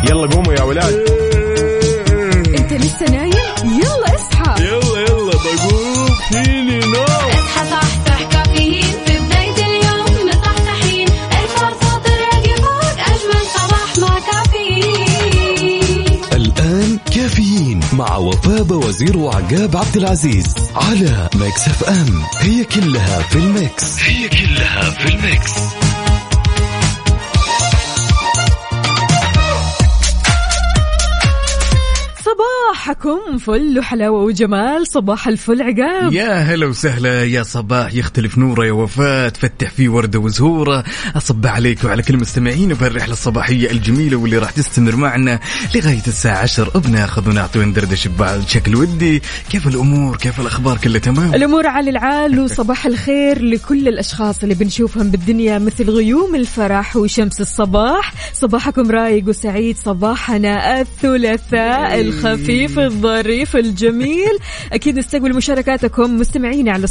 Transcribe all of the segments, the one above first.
يلا قوموا يا ولاد. انت لسه نايم؟ يلا اصحى. يلا بقوم فيني نوم. اصحى صحصح كافيين في بداية اليوم مصحصحين. الفرصة تراقي فوق أجمل صباح مع كافيين. الآن كافيين مع وفاء بوزير وعقاب عبد العزيز على ميكس اف ام. هي كلها في الميكس. صباحكم فل وحلاوة وجمال. صباح الفل عقاب. يا هلا وسهلا. يا صباح يختلف نوره يا وفاة، تفتح فيه وردة وزهورة. أصب عليك وعلى كل مستمعين بهالرحلة الصباحية الجميلة واللي راح تستمر معنا لغاية الساعة 10. بناخذ ونعطي وندردش بشكل ودي. كيف الأمور؟ كيف الأخبار؟ كله تمام؟ الأمور على العال. وصباح الخير لكل الأشخاص اللي بنشوفهم بالدنيا مثل غيوم الفرح وشمس الصباح. صباحكم رايق وسعيد. صباحنا الثلاثاء الخفيف الظريف الجميل. أكيد نستقبل مشاركاتكم مستمعين على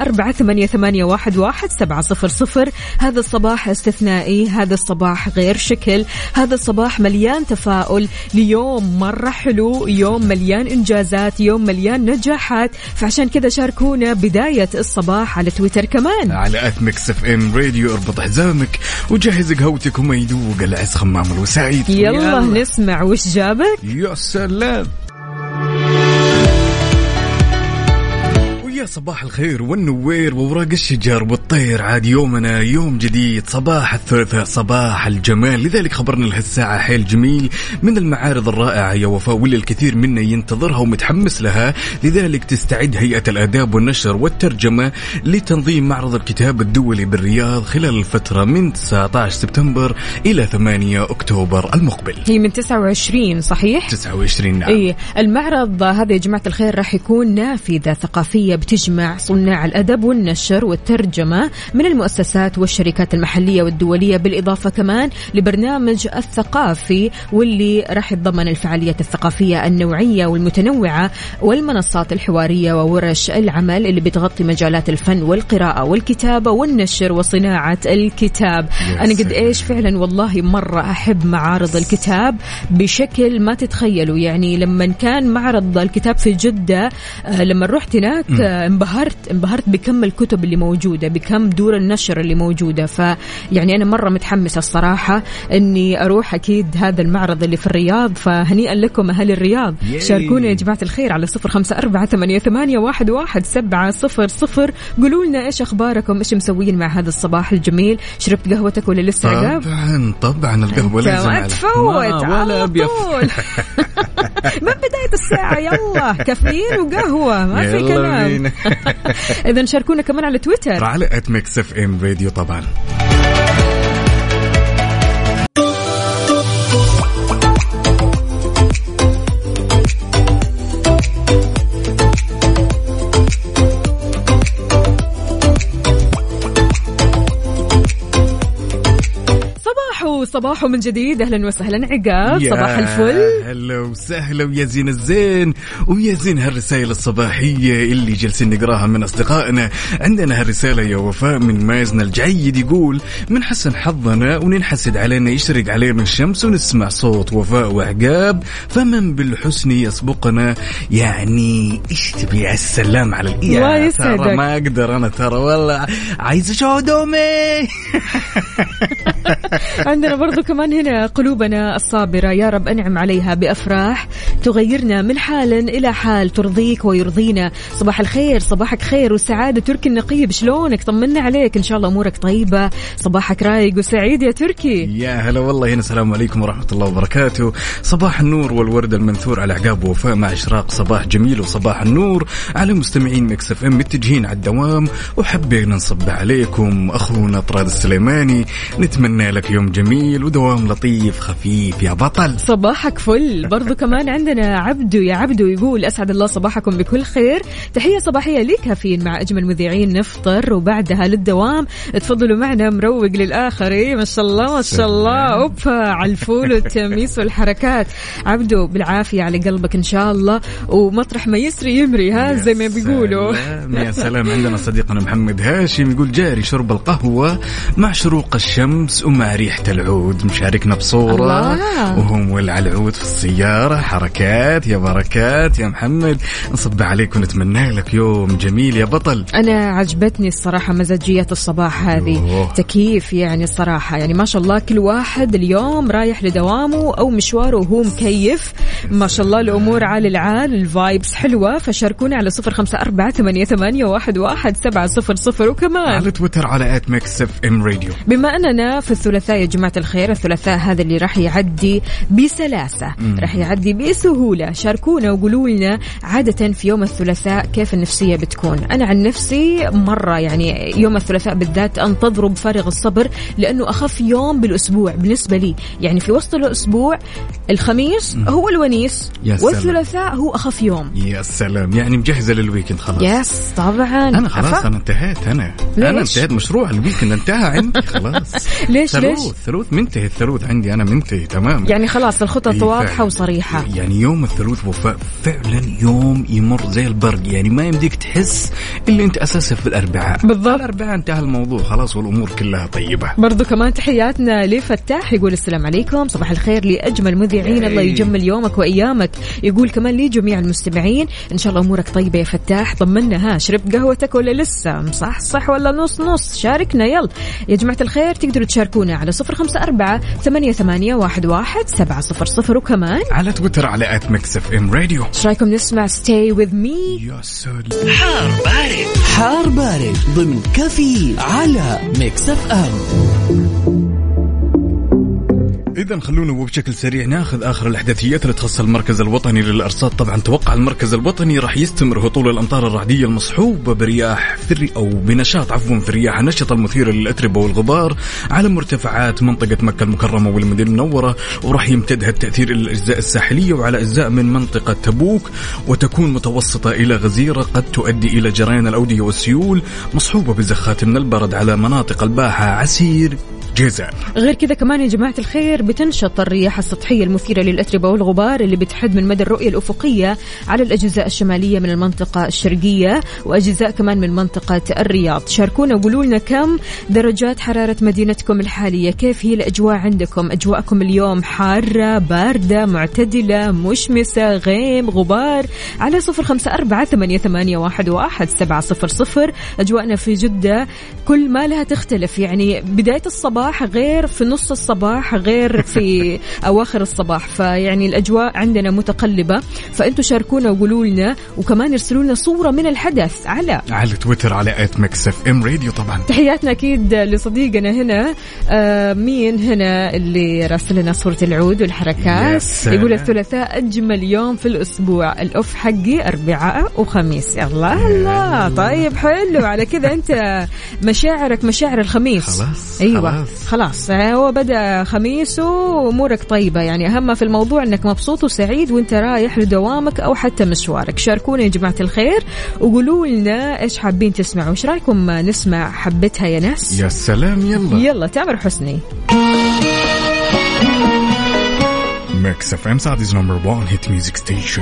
0548811700. هذا الصباح استثنائي، هذا الصباح غير شكل، هذا الصباح مليان تفاؤل ليوم مرة حلو، يوم مليان إنجازات، يوم مليان نجاحات. فعشان كذا شاركونا بداية الصباح على تويتر كمان على ميكس اف ام راديو. اربط حزامك وجهز قهوتك وما يدوق العز خمام الوسعيد. يلا نسمع وش جابك. يا سلام. يا صباح الخير والنوير ووراق الشجر والطير. عاد يومنا يوم جديد، صباح الثلاثاء، صباح الجمال. لذلك خبرنا لهالساعة حيل جميل من المعارض الرائعة يا وفاء، واللي الكثير منا ينتظرها ومتحمس لها. لذلك تستعد هيئة الآداب والنشر والترجمة لتنظيم معرض الكتاب الدولي بالرياض خلال الفترة من 19 سبتمبر إلى 8 أكتوبر المقبل. هي من 29 صحيح؟ 29 نعم. إيه المعرض هذا يا جماعة الخير راح يكون نافذة ثقافية تجمع صناع الأدب والنشر والترجمة من المؤسسات والشركات المحلية والدولية، بالإضافة كمان لبرنامج الثقافي واللي راح يتضمن الفعاليات الثقافية النوعية والمتنوعة والمنصات الحوارية وورش العمل اللي بتغطي مجالات الفن والقراءة والكتابة والنشر وصناعة الكتاب. أنا قد إيش فعلا والله مرة أحب معارض الكتاب بشكل ما تتخيلوا. يعني لما كان معرض الكتاب في جدة لما رحت هناك انبهرت بكم الكتب اللي موجودة، بكم دور النشر اللي موجودة. فيعني أنا مرة متحمسة الصراحة أني أروح أكيد هذا المعرض اللي في الرياض. فهنيئا لكم أهل الرياض. شاركونا يا جماعة الخير على 0548811700. قولوا لنا إيش أخباركم، إيش مسوين مع هذا الصباح الجميل. شربت قهوتك ولا لسه عقاب؟ طبعا القهوة لازم ما تفوت على طول. من بداية الساعة يلا كافيين وقهوة، ما في كلام. إذن شاركونا كمان على تويتر على @mixfmradio طبعا. صباح من جديد. أهلا وسهلا عقاب. صباح الفل. هلا وسهلا ويا زين الزين ويا زين هالرسائل الصباحية اللي جلسين نقراها من أصدقائنا. عندنا هالرسالة يا وفاء من مازن الجيد، يقول من حسن حظنا وننحسد علينا يشرق علينا الشمس ونسمع صوت وفاء وعقاب، فمن بالحسن يسبقنا. يعني إيش تبي؟ السلام على الإياه. ترى ما أقدر أنا، ترى والله عايز أشوف دومي. عندنا برضو كمان هنا قلوبنا الصابرة يا رب أنعم عليها بأفراح تغيرنا من حال إلى حال ترضيك ويرضينا. صباح الخير، صباحك خير وسعادة. تركي النقيب شلونك؟ طمنا عليك، إن شاء الله أمورك طيبة، صباحك رايق وسعيد يا تركي. يا هلا والله. هنا السلام عليكم ورحمة الله وبركاته. صباح النور والورد المنثور على عقاب ووفاء مع إشراق صباح جميل وصباح النور على مستمعين ميكس اف ام متجهين على الدوام. وحبينا نصب عليكم أخونا طراد السليماني، نتمنى لك يوم جميل ودوام لطيف خفيف يا بطل. صباحك فل. برضو كمان عندنا عندنا عبدو. يا عبدو يقول أسعد الله صباحكم بكل خير، تحية صباحية لكافيين مع أجمل مذيعين، نفطر وبعدها للدوام، تفضلوا معنا مروق للآخر. إيه ما شاء الله ما شاء الله، أوبا على الفول والتميس والحركات. عبدو بالعافية على قلبك إن شاء الله، ومطرح ما يسري يمري ها زي ما بيقولوا. يا سلام. عندنا صديقنا محمد هاشم يقول جاري شرب القهوة مع شروق الشمس ومع ريحة العود، مشاركنا بصورة وهو مولع العود في السيارة. حركات يا بركات يا محمد، نصب عليك ونتمنى لك يوم جميل يا بطل. أنا عجبتني الصراحة مزاجية الصباح هذه، تكييف يعني الصراحة، يعني ما شاء الله كل واحد اليوم رايح لدوامه أو مشواره وهو مكيف ما شاء الله، الأمور عال العال، الفايبس حلوة. فشاركونا على 0548811700 وكمان على تويتر على @mixfmradio. بما أننا في الثلاثاء يا جماعة الخير، الثلاثاء هذا اللي راح يعدي بسلاسة، راح يعدي بسهولة. شاركونا وقولوا لنا عادة في يوم الثلاثاء كيف النفسية بتكون. أنا عن نفسي مرة يعني يوم الثلاثاء بالذات أنتظره بفارغ الصبر، لأنه أخف يوم بالأسبوع بالنسبة لي. يعني في وسط الأسبوع الخميس هو الونيس والثلاثاء هو أخف يوم. يا سلام، يعني مجهزة للويكند خلاص. يس طبعا. أنا خلاص أنا انتهيت. أنا انتهيت، مشروع الويكند انتهى عندي خلاص. ليش ثلوث منتهي، الثلوث عندي أنا منتهي تمام. يعني خلاص الخطط واضحة وصريحة. يعني يوم الثلوث وفاء فعلا يوم يمر زي البرق، يعني ما يمديك تحس اللي انت أساسه في الأربعاء. بالضبط، الأربعاء انتهى الموضوع خلاص والأمور كلها طيبة. برضو كمان تحياتنا لفتاح، يقول السلام عليكم، صباح الخير لأجمل مذيعين، الله يجمل يومك وأيامك. يقول كمان لي جميع المستمعين إن شاء الله أمورك طيبة يا فتاح، طمنا ها شربت قهوتك ولا لسه، مصح ولا نص نص؟ شاركنا يلا يا جماعة الخير. تقدروا تشاركونا على 0548811700 وكمان على تويتر على @mixfmradio. ايش رايكم نسمع stay with me؟ يا سلام. حار بارد ضمن كافيين على ميكس اف ام. إذن خلونا وبشكل سريع ناخذ آخر الأحداثيات اللي تخص المركز الوطني للأرصاد. طبعا توقع المركز الوطني راح يستمر هطول الأمطار الرعدية المصحوبة برياح أو بنشاط في الرياح النشطة المثيرة للأتربة والغبار على مرتفعات منطقة مكة المكرمة والمدينة المنورة، وراح يمتد هالتأثير إلى الأجزاء الساحلية وعلى أجزاء من منطقة تبوك، وتكون متوسطة إلى غزيرة قد تؤدي إلى جريان الأودية والسيول، مصحوبة بزخات من البرد على مناطق الباحة عسير جيزان. غير كذا كمان يا جماعة الخير بتنشط الرياح السطحية المثيرة للأتربة والغبار اللي بتحد من مدى الرؤية الأفقية على الأجزاء الشمالية من المنطقة الشرقية وأجزاء كمان من منطقة الرياض. شاركونا وقولوا لنا كم درجات حرارة مدينتكم الحالية، كيف هي الأجواء عندكم، أجواءكم اليوم حارة باردة معتدلة مشمسة غيم غبار، على 0548811700. أجواءنا في جدة كل ما لها تختلف، يعني بداية الصباح غير في نص الصباح غير في أواخر الصباح، فيعني الأجواء عندنا متقلبة. فأنتوا شاركونا وقولوا لنا، وكمان ارسلوا لنا صورة من الحدث على تويتر على @mixfmradio. طبعا تحياتنا أكيد لصديقنا هنا مين هنا اللي راسل لنا صورة العود والحركات. يقول الثلاثاء أجمل يوم في الأسبوع، الأوف حقي أربعاء وخميس. الله الله، طيب حلو على كذا أنت مشاعرك مشاعر الخميس. أيوة خلاص هو بدأ خميس وأمورك طيبة، يعني أهم في الموضوع أنك مبسوط وسعيد وأنت رايح لدوامك أو حتى مشوارك. شاركونا يا جماعة الخير وقولوا لنا إيش حابين تسمعوا. إيش رأيكم نسمع حبتها يا ناس؟ يا سلام. يلا تامر حسني. Mix FM Saudi's #1 hit music station.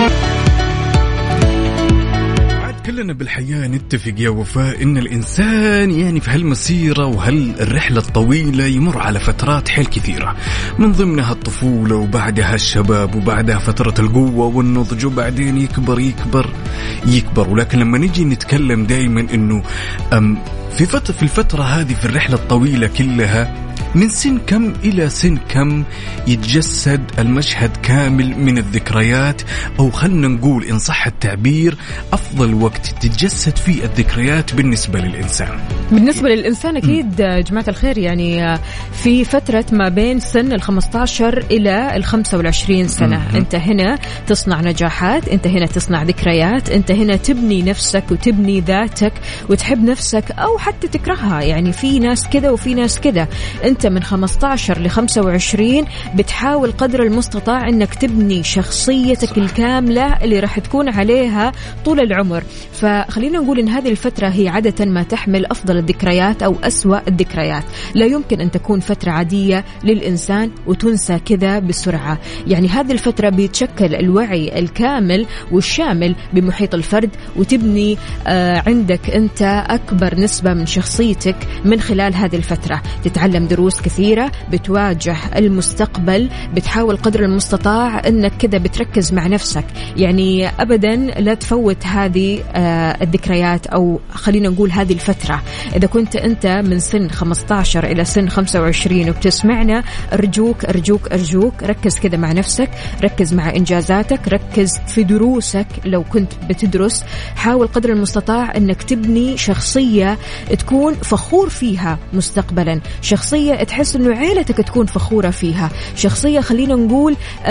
كلنا بالحياة نتفق يا وفاء إن الإنسان يعني في هالمسيرة وهالرحلة الطويلة يمر على فترات حيل كثيرة، من ضمنها الطفولة وبعدها الشباب وبعدها فترة القوة والنضج وبعدين يكبر. ولكن لما نجي نتكلم دايما إنه في الفترة هذه في الرحلة الطويلة كلها من سن كم إلى سن كم يتجسد المشهد كامل من الذكريات، أو خلنا نقول إن صح التعبير أفضل وقت تتجسد فيه الذكريات بالنسبة للإنسان أكيد جماعة الخير، يعني في فترة ما بين سن 15 إلى 25 سنة. أنت هنا تصنع نجاحات، أنت هنا تصنع ذكريات، أنت هنا تبني نفسك وتبني ذاتك وتحب نفسك أو حتى تكرهها. يعني في ناس كذا وفي ناس كذا. أنت أنت من 15 ل 25 بتحاول قدر المستطاع أنك تبني شخصيتك الكاملة اللي راح تكون عليها طول العمر. فخلينا نقول أن هذه الفترة هي عادة ما تحمل أفضل الذكريات أو أسوأ الذكريات. لا يمكن أن تكون فترة عادية للإنسان وتنسى كذا بسرعة. يعني هذه الفترة بيتشكل الوعي الكامل والشامل بمحيط الفرد، وتبني عندك أنت أكبر نسبة من شخصيتك من خلال هذه الفترة. تتعلم دروس كثيرة، بتواجه المستقبل، بتحاول قدر المستطاع أنك كذا بتركز مع نفسك. يعني أبدا لا تفوت هذه الذكريات، أو خلينا نقول هذه الفترة. إذا كنت أنت من سن 15 إلى سن 25 وبتسمعنا، أرجوك أرجوك أرجوك ركز كذا مع نفسك، ركز مع إنجازاتك، ركز في دروسك لو كنت بتدرس. حاول قدر المستطاع أنك تبني شخصية تكون فخور فيها مستقبلا، شخصية تحس أنه عائلتك تكون فخورة فيها، شخصية خلينا نقول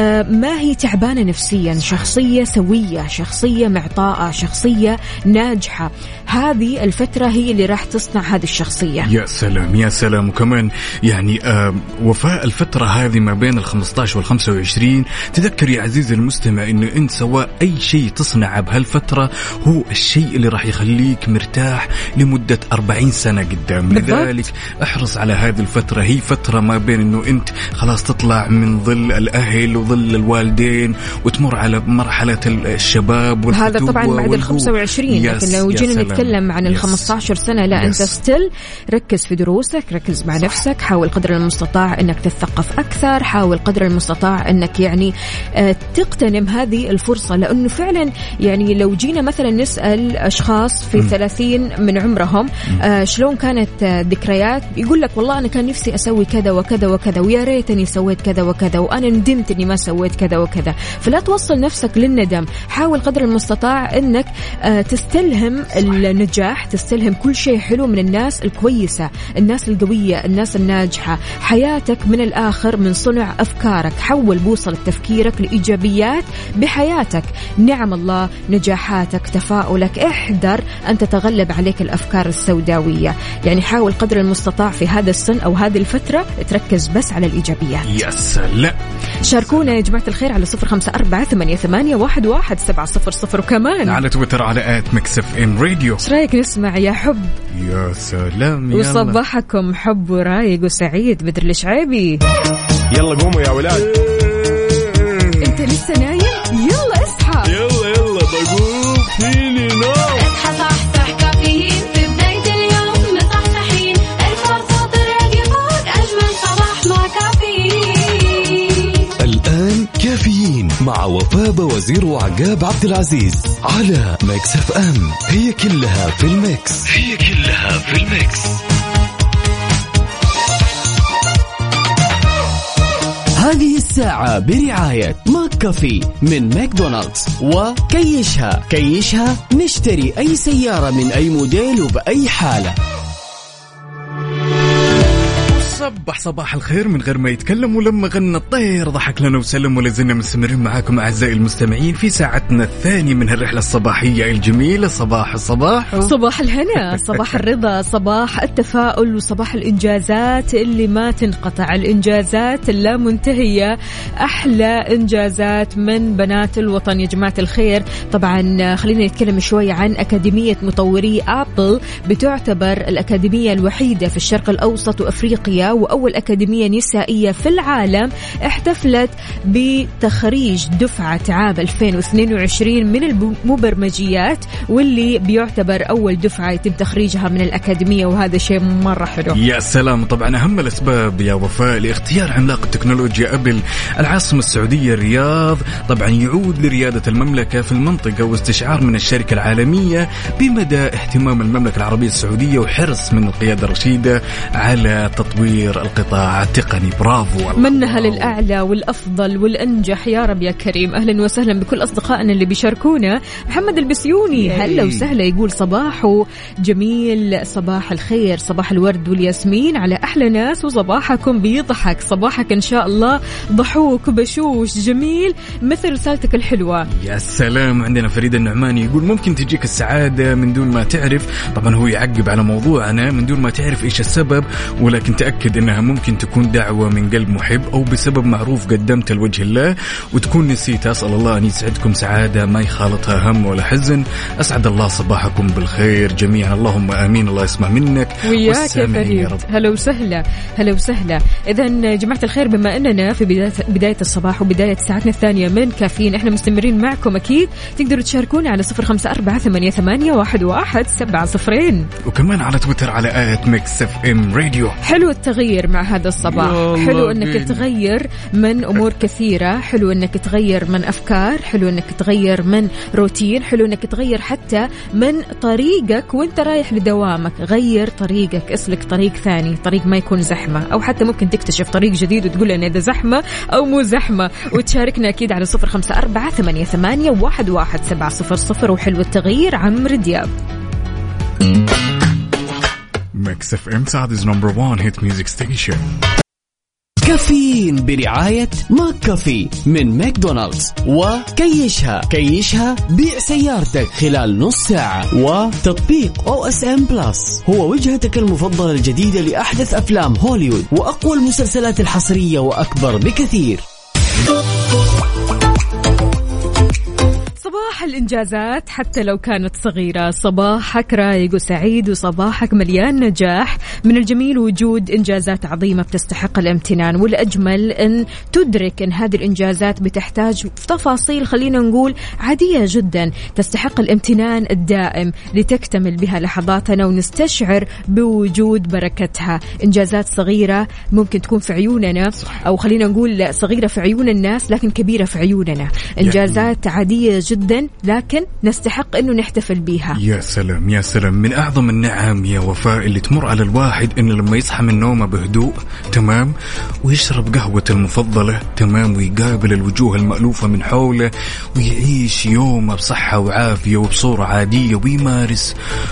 ما هي تعبانة نفسيا، شخصية سوية، شخصية معطاءة، شخصية ناجحة. هذه الفترة هي اللي راح تصنع هذه الشخصية. يا سلام يا سلام. وكمان يعني وفاء الفترة هذه ما بين 15 وال25، تذكر يا عزيزي المستمع إنه أنت سواء أي شيء تصنعه بهالفترة هو الشيء اللي راح يخليك مرتاح لمدة 40 سنة قدام. لذلك احرص على هذه الفترة. هي فترة ما بين إنه أنت خلاص تطلع من ظل الأهل وظل الوالدين وتمر على مرحلة الشباب والفتوة. هذا طبعا بعد 25. لكن لو جينا نتكلم عن 15 سنة، لا أنت ستيل ركز في دروسك، ركز مع نفسك، حاول قدر المستطاع أنك تتثقف أكثر، حاول قدر المستطاع أنك يعني تغتنم هذه الفرصة. لأنه فعلا يعني لو جينا مثلا نسأل أشخاص في 30 من عمرهم شلون كانت ذكريات، يقول لك والله أنا كان نفسي أسوي كذا وكذا وكذا، ويا ريتني سويت كذا وكذا، وأنا ندمت إني ما سويت كذا وكذا. فلا توصل نفسك للندم. حاول قدر المستطاع أنك تستلهم النجاح، تستلهم كل شيء حلو من الناس الكويسة، الناس القوية، الناس الناجحة. حياتك من الآخر من صنع أفكارك. حول بوصلة تفكيرك لإيجابيات بحياتك، نعم الله، نجاحاتك، تفاؤلك. احذر أن تتغلب عليك الأفكار السوداوية. يعني حاول قدر المستطاع في هذا السن أو هذه الفترة تركز بس على الإيجابيات. يا سلام. شاركونا يا جماعة الخير على 0548811700، وكمان على تويتر على @mixfmradio. ايش رايك نسمع يا حب؟ يا سلام. وصباحكم حب ورايق وسعيد. بدر الشعيبي، يلا قوموا يا ولاد. انت لسه نايم؟ يلا اصحى. يلا بقوم فيني نوم. اصحى صحصح كافيين في بداية اليوم مصحصحين، الفرصة تراقي فوق أجمل صباح مع كافيين. الآن كافيين مع وفاء وزير وعقاب عبد العزيز على ميكس اف ام. هي كلها في الميكس. هذه الساعة برعاية ماك كافي من ماكدونالدز وكيشها. كيشها نشتري أي سيارة من أي موديل وبأي حالة. صباح الخير من غير ما يتكلم، ولما غنى الطير ضحك لنا وسلم. ولازلنا مستمرين معاكم أعزائي المستمعين في ساعتنا الثانية من هالرحلة الصباحية الجميلة. صباح الهنا، صباح الرضا، صباح التفاؤل، وصباح الإنجازات اللي ما تنقطع، الإنجازات اللا منتهية، أحلى إنجازات من بنات الوطن يا جماعة الخير. طبعا خلينا نتكلم شوي عن أكاديمية مطوري أبل. بتعتبر الأكاديمية الوحيدة في الشرق الأوسط وأفريقيا وأول أكاديمية نسائية في العالم. احتفلت بتخريج دفعة عام 2022 من المبرمجيات، واللي بيعتبر أول دفعة يتم تخريجها من الأكاديمية، وهذا شيء مرة حلو. يا سلام. طبعا أهم الأسباب يا وفاء لاختيار عملاق التكنولوجيا أبل العاصمة السعودية الرياض، طبعا يعود لريادة المملكة في المنطقة واستشعار من الشركة العالمية بمدى اهتمام المملكة العربية السعودية وحرص من القيادة الرشيدة على تطوير القطاع التقني. برافو، منها للأعلى والأفضل والأنجح يا رب يا كريم. أهلا وسهلا بكل أصدقائنا اللي بيشاركونا. محمد البسيوني هلا وسهلا، يقول صباحه جميل، صباح الخير، صباح الورد والياسمين على أحلى ناس، وصباحكم بيضحك، صباحك إن شاء الله ضحوك بشوش جميل مثل رسالتك الحلوة. يا سلام. عندنا فريد النعماني يقول ممكن تجيك السعادة من دون ما تعرف. طبعا هو يعقب على موضوعنا من دون ما تعرف إيش السبب، ولكن تأكد أكيد أنها ممكن تكون دعوة من قلب محب أو بسبب معروف قدمته لوجه الله وتكون نسيت. أسأل الله أن يسعدكم سعادة ما يخالطها هم ولا حزن. أسعد الله صباحكم بالخير جميعا، اللهم آمين. الله يسمع منك وياك يا فريد. هلا وسهلا هلا وسهلا. إذا جماعة الخير، بما أننا في بداية الصباح وبداية ساعتنا الثانية من كافيين، إحنا مستمرين معكم أكيد. تقدروا تشاركونا على 0548811700 وكمان على تويتر على @mixfmradio. حلو التغيير مع هذا الصباح، حلو أنك تغير من أمور كثيرة، حلو أنك تغير من أفكار، حلو أنك تغير من روتين، حلو أنك تغير حتى من طريقك وانت رايح لدوامك. غير طريقك، اسلك طريق ثاني، طريق ما يكون زحمة، أو حتى ممكن تكتشف طريق جديد وتقول لنا إذا زحمة أو مو زحمة. وتشاركنا أكيد على 0548811700. وحلو التغيير عمرو دياب. Mix FM Saudi's #1 hit music station. كافيين برعاية ماك كافي من ماكدونالدز، وكيشها بيع سيارتك خلال نص ساعة، وتطبيق OSM بلس هو وجهتك المفضلة الجديدة لأحدث أفلام هوليوود وأقوى المسلسلات الحصرية وأكبر بكثير. صباح الإنجازات حتى لو كانت صغيرة، صباحك رايق وسعيد وصباحك مليان نجاح. من الجميل وجود إنجازات عظيمة بتستحق الامتنان، والأجمل أن تدرك أن هذه الإنجازات بتحتاج تفاصيل خلينا نقول عادية جدا تستحق الامتنان الدائم لتكتمل بها لحظاتنا ونستشعر بوجود بركتها. إنجازات صغيرة ممكن تكون في عيوننا، أو خلينا نقول صغيرة في عيون الناس لكن كبيرة في عيوننا. إنجازات عادية جدا لكن نستحق أنه نحتفل بيها. يا سلام يا سلام. من أعظم النعم يا وفاء اللي تمر على الواحد إنه لما يصحى من نومه بهدوء تمام، ويشرب قهوة المفضلة تمام، ويقابل الوجوه المألوفة من حوله، ويعيش يومه بصحة وعافية وبصورة عادية، ويمارس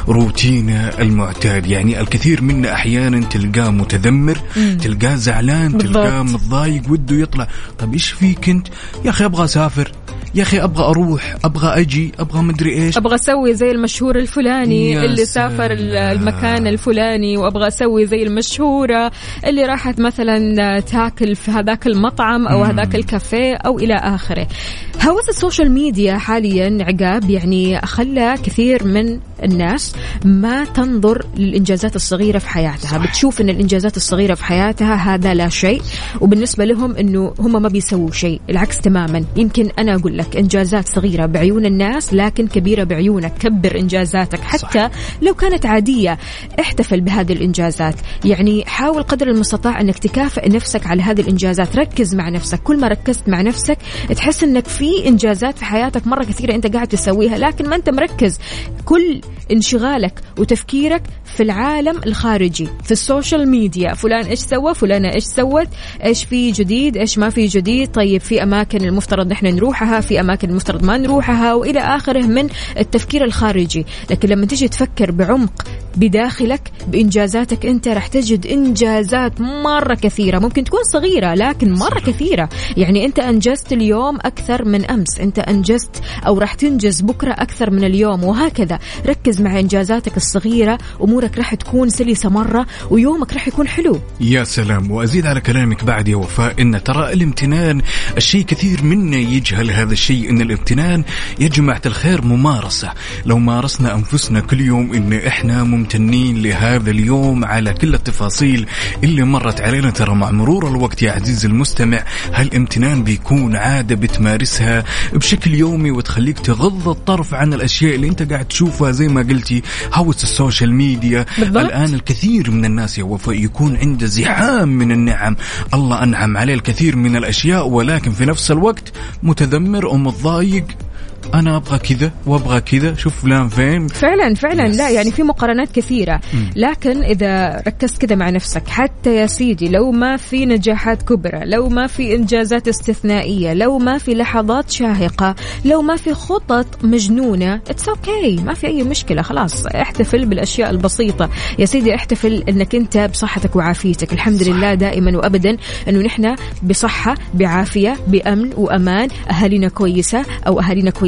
روتينه المعتاد. يعني الكثير منا أحيانا تلقاه متذمر، تلقاه زعلان، تلقاه متضايق وده يطلع. طب إيش فيك أنت؟ يا أخي أبغى أسافر، يا أخي أبغى أروح، أبغى أجي، أبغى مدري إيش، أبغى أسوي زي المشهور الفلاني اللي سافر المكان الفلاني، وأبغى أسوي زي المشهورة اللي راحت مثلا تاكل في هذاك المطعم أو هذاك الكافيه أو إلى آخره. هوس السوشيال ميديا حاليا عقاب يعني خلى كثير من الناس ما تنظر للإنجازات الصغيرة في حياتها. بتشوف أن الإنجازات الصغيرة في حياتها هذا لا شيء، وبالنسبة لهم أنه هم ما بيسووا شيء. العكس تماما. يمكن أنا أقول لك إنجازات صغيرة بعيون الناس لكن كبيرة بعيونك. كبر إنجازاتك حتى لو كانت عادية، احتفل بهذه الإنجازات. يعني حاول قدر المستطاع أنك تكافئ نفسك على هذه الإنجازات. ركز مع نفسك، كل ما ركزت مع نفسك تحس أنك في إنجازات في حياتك مرة كثيرة أنت قاعد تسويها لكن ما أنت مركز. كل انشغالك وتفكيرك في العالم الخارجي، في السوشيال ميديا، فلان إيش سوى، فلانة إيش سوت، إيش في جديد، إيش ما في جديد، طيب في أماكن المفترض نحن نروحها، في أماكن المفترض ما نروحها، وإلى آخره من التفكير الخارجي. لكن لما تيجي تفكر بعمق بداخلك بإنجازاتك أنت راح تجد إنجازات مرة كثيرة، ممكن تكون صغيرة لكن مرة كثيرة. يعني أنت أنجزت اليوم أكثر من أمس، أنت أنجزت أو راح تنجز بكرة أكثر من اليوم، وهكذا. ركز مع إنجازاتك الصغيرة، أمورك راح تكون سلسة مرة ويومك راح يكون حلو. يا سلام. وأزيد على كلامك بعد يا وفاء إن ترى الامتنان الشيء كثير منا يجهل هذا الشيء، إن الامتنان يا جماعة الخير ممارسة. لو مارسنا أنفسنا كل يوم إن إحنا ممتنين لهذا اليوم على كل التفاصيل اللي مرت علينا، ترى مع مرور الوقت يا عزيزي المستمع هالامتنان بيكون عادة بتمارسها بشكل يومي وتخليك تغض الطرف عن الأشياء اللي أنت قاعد تشوفها. زي ما قلتي هوس السوشيال ميديا بالضبط. الآن الكثير من الناس يا وفاء يكون عنده زحام من النعم، الله أنعم عليه الكثير من الأشياء، ولكن في نفس الوقت متذمر ومتضايق. أنا أبغى كذا وأبغى كذا، شوف فلان فين. فعلا لا يعني في مقارنات كثيرة. لكن إذا ركزت كذا مع نفسك، حتى يا سيدي لو ما في نجاحات كبرى، لو ما في إنجازات استثنائية، لو ما في لحظات شاهقة، لو ما في خطط مجنونة، it's okay، ما في أي مشكلة. خلاص احتفل بالأشياء البسيطة يا سيدي. احتفل أنك أنت بصحتك وعافيتك. الحمد لله دائما وأبدا أنه نحن بصحة بعافية بأمن وأمان، أهالينا كويسة أو أهالينا كويسة،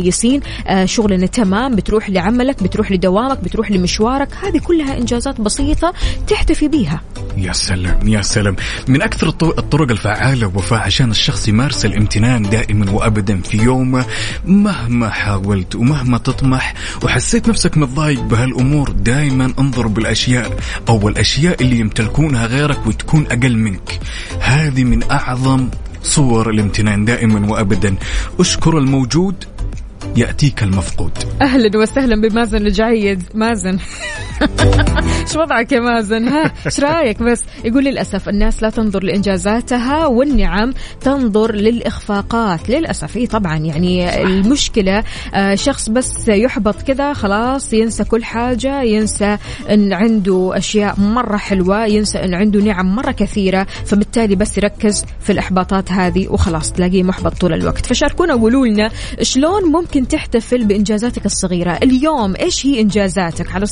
كويسين، شغلنا تمام، بتروح لعملك، بتروح لدوامك، بتروح لمشوارك. هذه كلها إنجازات بسيطة تحتفي بيها. يا سلام يا سلام. من أكثر الطرق الفعالة وفاء عشان الشخص يمارس الامتنان دائما وأبدا في يومه، مهما حاولت ومهما تطمح وحسيت نفسك متضايق بهالأمور، دائما انظر بالأشياء أو الأشياء اللي يمتلكونها غيرك وتكون أقل منك. هذه من أعظم صور الامتنان دائما وأبدا. اشكر الموجود يأتيك المفقود. أهلا وسهلا بمازن الجعيد. مازن شو وضعك يا مازن؟ ها ايش رايك؟ بس يقول للأسف الناس لا تنظر لإنجازاتها والنعم، تنظر للإخفاقات. للأسف هي طبعا يعني المشكلة شخص بس يحبط كذا خلاص ينسى كل حاجة، ينسى أن عنده أشياء مرة حلوة، ينسى أن عنده نعم مرة كثيرة، فبالتالي بس يركز في الإحباطات هذه وخلاص تلاقيه محبط طول الوقت. فشاركونا وقولوا لنا شلون ممكن تحتفل بإنجازاتك الصغيرة اليوم. إيش هي إنجازاتك؟ على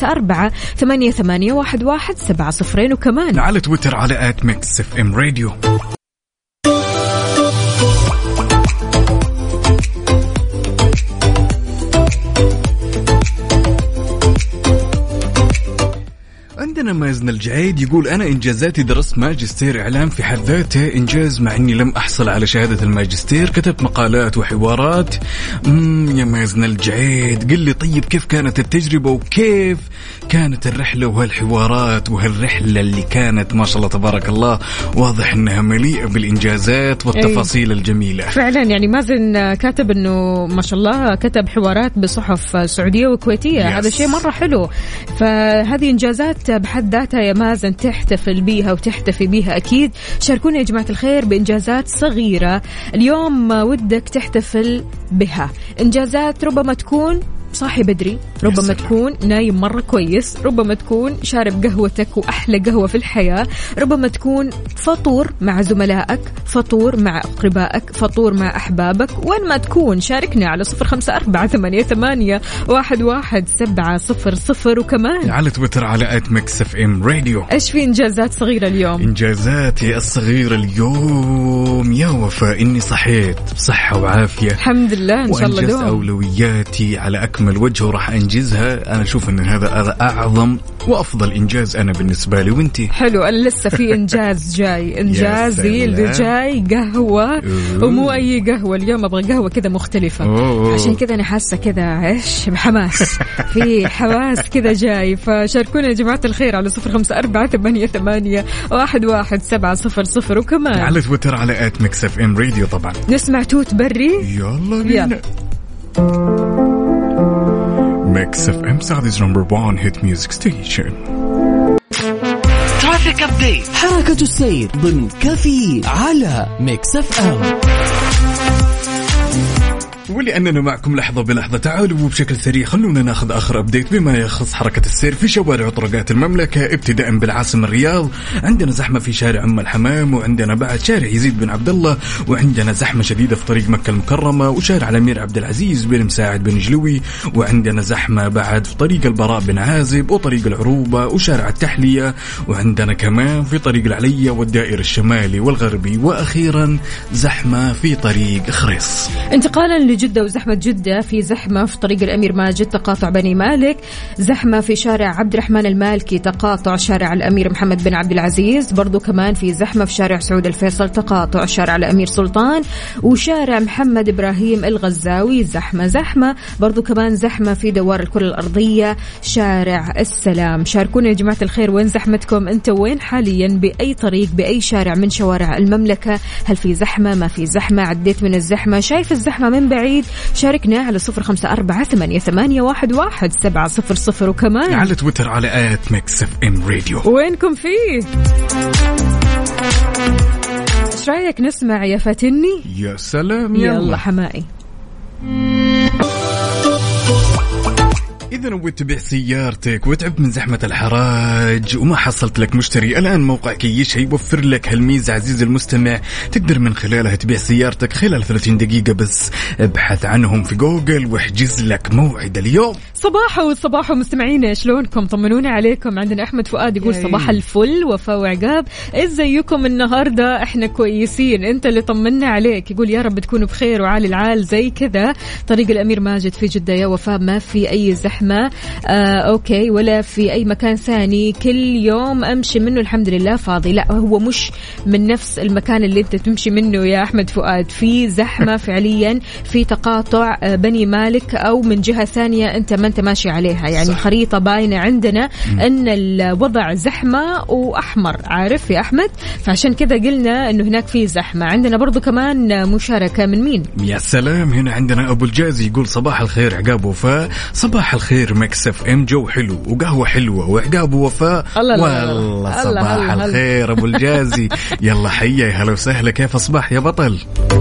0548811700 وكمان على تويتر على @mixfmradio. عندنا مازن الجعيد يقول أنا إنجازاتي درست ماجستير إعلام، في حد ذاته إنجاز مع أني لم أحصل على شهادة الماجستير. كتبت مقالات وحوارات. يا مازن الجعيد قل لي طيب كيف كانت التجربة وكيف كانت الرحلة وهالحوارات وهالرحلة اللي كانت ما شاء الله تبارك الله واضح أنها مليئة بالإنجازات والتفاصيل الجميلة. فعلا يعني مازن كاتب أنه ما شاء الله كتب حوارات بصحف سعودية وكويتية. هذا شيء مرة حلو. فهذه إنجازات بحد ذاتها يا مازن تحتفل بيها وتحتفي بيها أكيد. شاركونا يا جماعة الخير بإنجازات صغيرة اليوم ودك تحتفل بها. إنجازات ربما تكون صاحي بدري، ربما تكون نايم مرة كويس، ربما تكون شارب قهوتك وأحلى قهوة في الحياة، ربما تكون فطور مع زملائك، فطور مع أقربائك، فطور مع أحبابك. وين ما تكون شاركنا على 0548811700 وكمان على تويتر على @mixfmradio. إيش في إنجازات صغيرة اليوم؟ إنجازاتي الصغيرة اليوم يا وفاء إني صحيت بصحة وعافية الحمد لله إن شاء الله. وأنجز أولوياتي على أكمل وجه وراح أنجزها. أنا أشوف أن هذا أعظم وأفضل إنجاز أنا بالنسبة لي. وإنتي؟ حلو. أنا لسه في إنجاز جاي. إنجازي اللي جاي قهوة ومو أي قهوة. اليوم أبغى قهوة كذا مختلفة. عشان كذا أنا حاسة كذا إيش بحماس، في حماس كذا جاي. فشاركونا يا جماعة الخير على 0548811700 وكمان على تويتر على @mixfmradio. طبعا نسمع توت بري. يلا بينا. Mix FM Saudi's #1 hit music station. ترافيك أبديت، حركة السير ضمن كافيين على ميكس اف ام. ولأننا معكم لحظة بلحظة، تعالوا بشكل سريع خلونا ناخذ آخر أبديت بما يخص حركة السير في شوارع وطرقات المملكة. ابتداء بالعاصمة الرياض، عندنا زحمة في شارع أم الحمام، وعندنا بعد شارع يزيد بن عبد الله، وعندنا زحمة شديدة في طريق مكة المكرمة وشارع الأمير عبد العزيز بن مساعد بن جلوي، وعندنا زحمة بعد في طريق البراء بن عازب وطريق العروبة وشارع التحلية، وعندنا كمان في طريق العلية والدائر الشمالي والغربي، وأخيرا زحمة في طريق خريص. انتقالا لجدة وزحمة جدة، في زحمة في طريق الأمير ماجد تقاطع بني مالك، زحمة في شارع عبد الرحمن المالكي تقاطع شارع الأمير محمد بن عبد العزيز، برضو كمان في زحمة في شارع سعود الفيصل تقاطع شارع الأمير سلطان، وشارع محمد إبراهيم الغزاوي زحمة برضو كمان زحمة في دوار الكرة الأرضية شارع السلام. شاركونا يا جماعة الخير وين زحمتكم، انت وين حاليا، بأي طريق بأي شارع من شوارع المملكة، هل في زحمة ما في زحمة، عديت من الزحمة، شايف الزحمة من بعيد؟ شاركنا على 0548811700 وكمان على تويتر على @mixfmradio. وينكم فيه؟ ايش رايك نسمع يا فاتني؟ يا سلام. يلا حمائي. إذا نويت تبيع سيارتك وتعب من زحمة الحراج وما حصلت لك مشتري، الآن موقع كيش يوفر لك هالميزة عزيزي المستمع، تقدر من خلالها تبيع سيارتك خلال 30 دقيقة بس. ابحث عنهم في جوجل واحجز لك موعد اليوم. صباح مستمعينا، شلونكم؟ طمنونا عليكم. عندنا أحمد فؤاد يقول صباح الفل وفاء وعقاب، ازيكم النهاردة؟ احنا كويسين، انت اللي طمنا عليك. يقول يا رب تكونوا بخير وعالي العال زي كذا. طريق الأمير ماجد في جدة يا وفاء ما في أي زحمة أوكي، ولا في أي مكان ثاني، كل يوم أمشي منه الحمد لله فاضي. لا هو مش من نفس المكان اللي أنت تمشي منه يا أحمد فؤاد، في زحمة فعليا، في تقاطع بني مالك أو من جهة ثانية أنت ما أنت ماشي عليها، يعني الخريطة باينة عندنا أن الوضع زحمة وأحمر، عارف يا أحمد؟ فعشان كذا قلنا أنه هناك في زحمة. عندنا برضو كمان مشاركة من مين؟ يا سلام، هنا عندنا أبو الجازي يقول صباح الخير عقاب وفاء، صباح الخير ميكس اف ام، جو حلو وقهوة حلوة وعقاب ووفاء. والله صباح الخير أبو الجازي. يلا حيا، هلا وسهلا، كيف أصبح يا بطل؟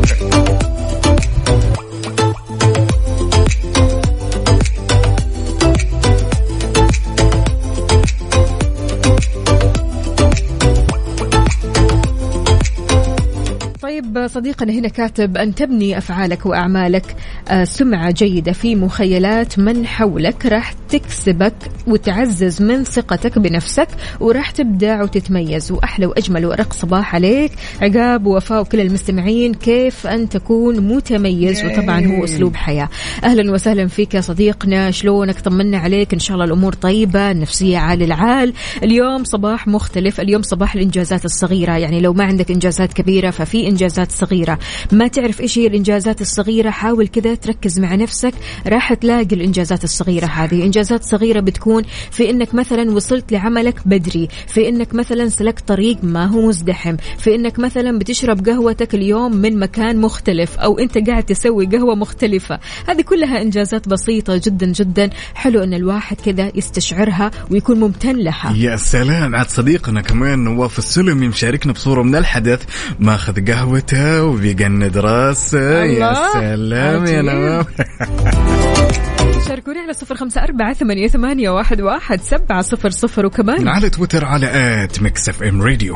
طيب صديقنا هنا كاتب أن تبني أفعالك وأعمالك سمعة جيدة في مخيلات من حولك، راح تكسبك وتعزز من ثقتك بنفسك وراح تبدع وتتميز. وأحلى وأجمل وأرق صباح عليك عقاب ووفاء وكل المستمعين، كيف أن تكون متميز، وطبعا هو أسلوب حياة. أهلا وسهلا فيك يا صديقنا، شلونك؟ طمنا عليك، إن شاء الله الأمور طيبة، النفسية عال العال. اليوم صباح مختلف، اليوم صباح الإنجازات الصغيرة، يعني لو ما عندك إنجازات كبيرة ففي إنجازات صغيرة. ما تعرف إيش هي الإنجازات الصغيرة؟ حاول كذا تركز مع نفسك، راح تلاقي الإنجازات الصغيرة هذه. إنجازات صغيرة بتكون في إنك مثلا وصلت لعملك بدري، في إنك مثلا سلكت طريق ما هو مزدحم، في إنك مثلا بتشرب قهوتك اليوم من مكان مختلف، أو أنت قاعد تسوي قهوة مختلفة. هذه كلها إنجازات بسيطة جدا جدا، حلو أن الواحد كذا يستشعرها ويكون ممتن لها. يا سلام، عاد صديقنا كمان نواف السلمي مشاركنا بصورة من الحدث، ماخذ قهوته وبيقند راسه. يا سلام يا نواف. شاركوني على 0548811700 وكمان على تويتر على @mixfmradio.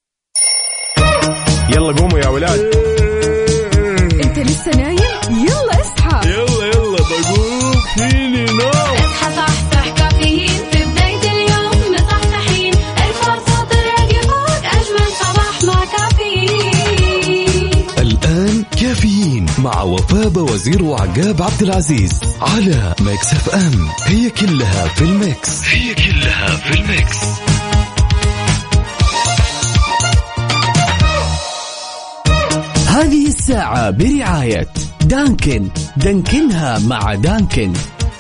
يلا قوموا يا ولاد. انت لسه نايم؟ يلا اصحى. يلا بقوم فيني نوم. اصحى صحصح كافيين في بداية اليوم مصحصحين، الفرصة تراقي فوق أجمل صباح مع كافيين. الآن كافيين مع وفاء وزير وعقاب عبد العزيز على ميكس اف ام، هي كلها في الميكس. هذه الساعة برعاية دانكن، دانكنها مع دانكن.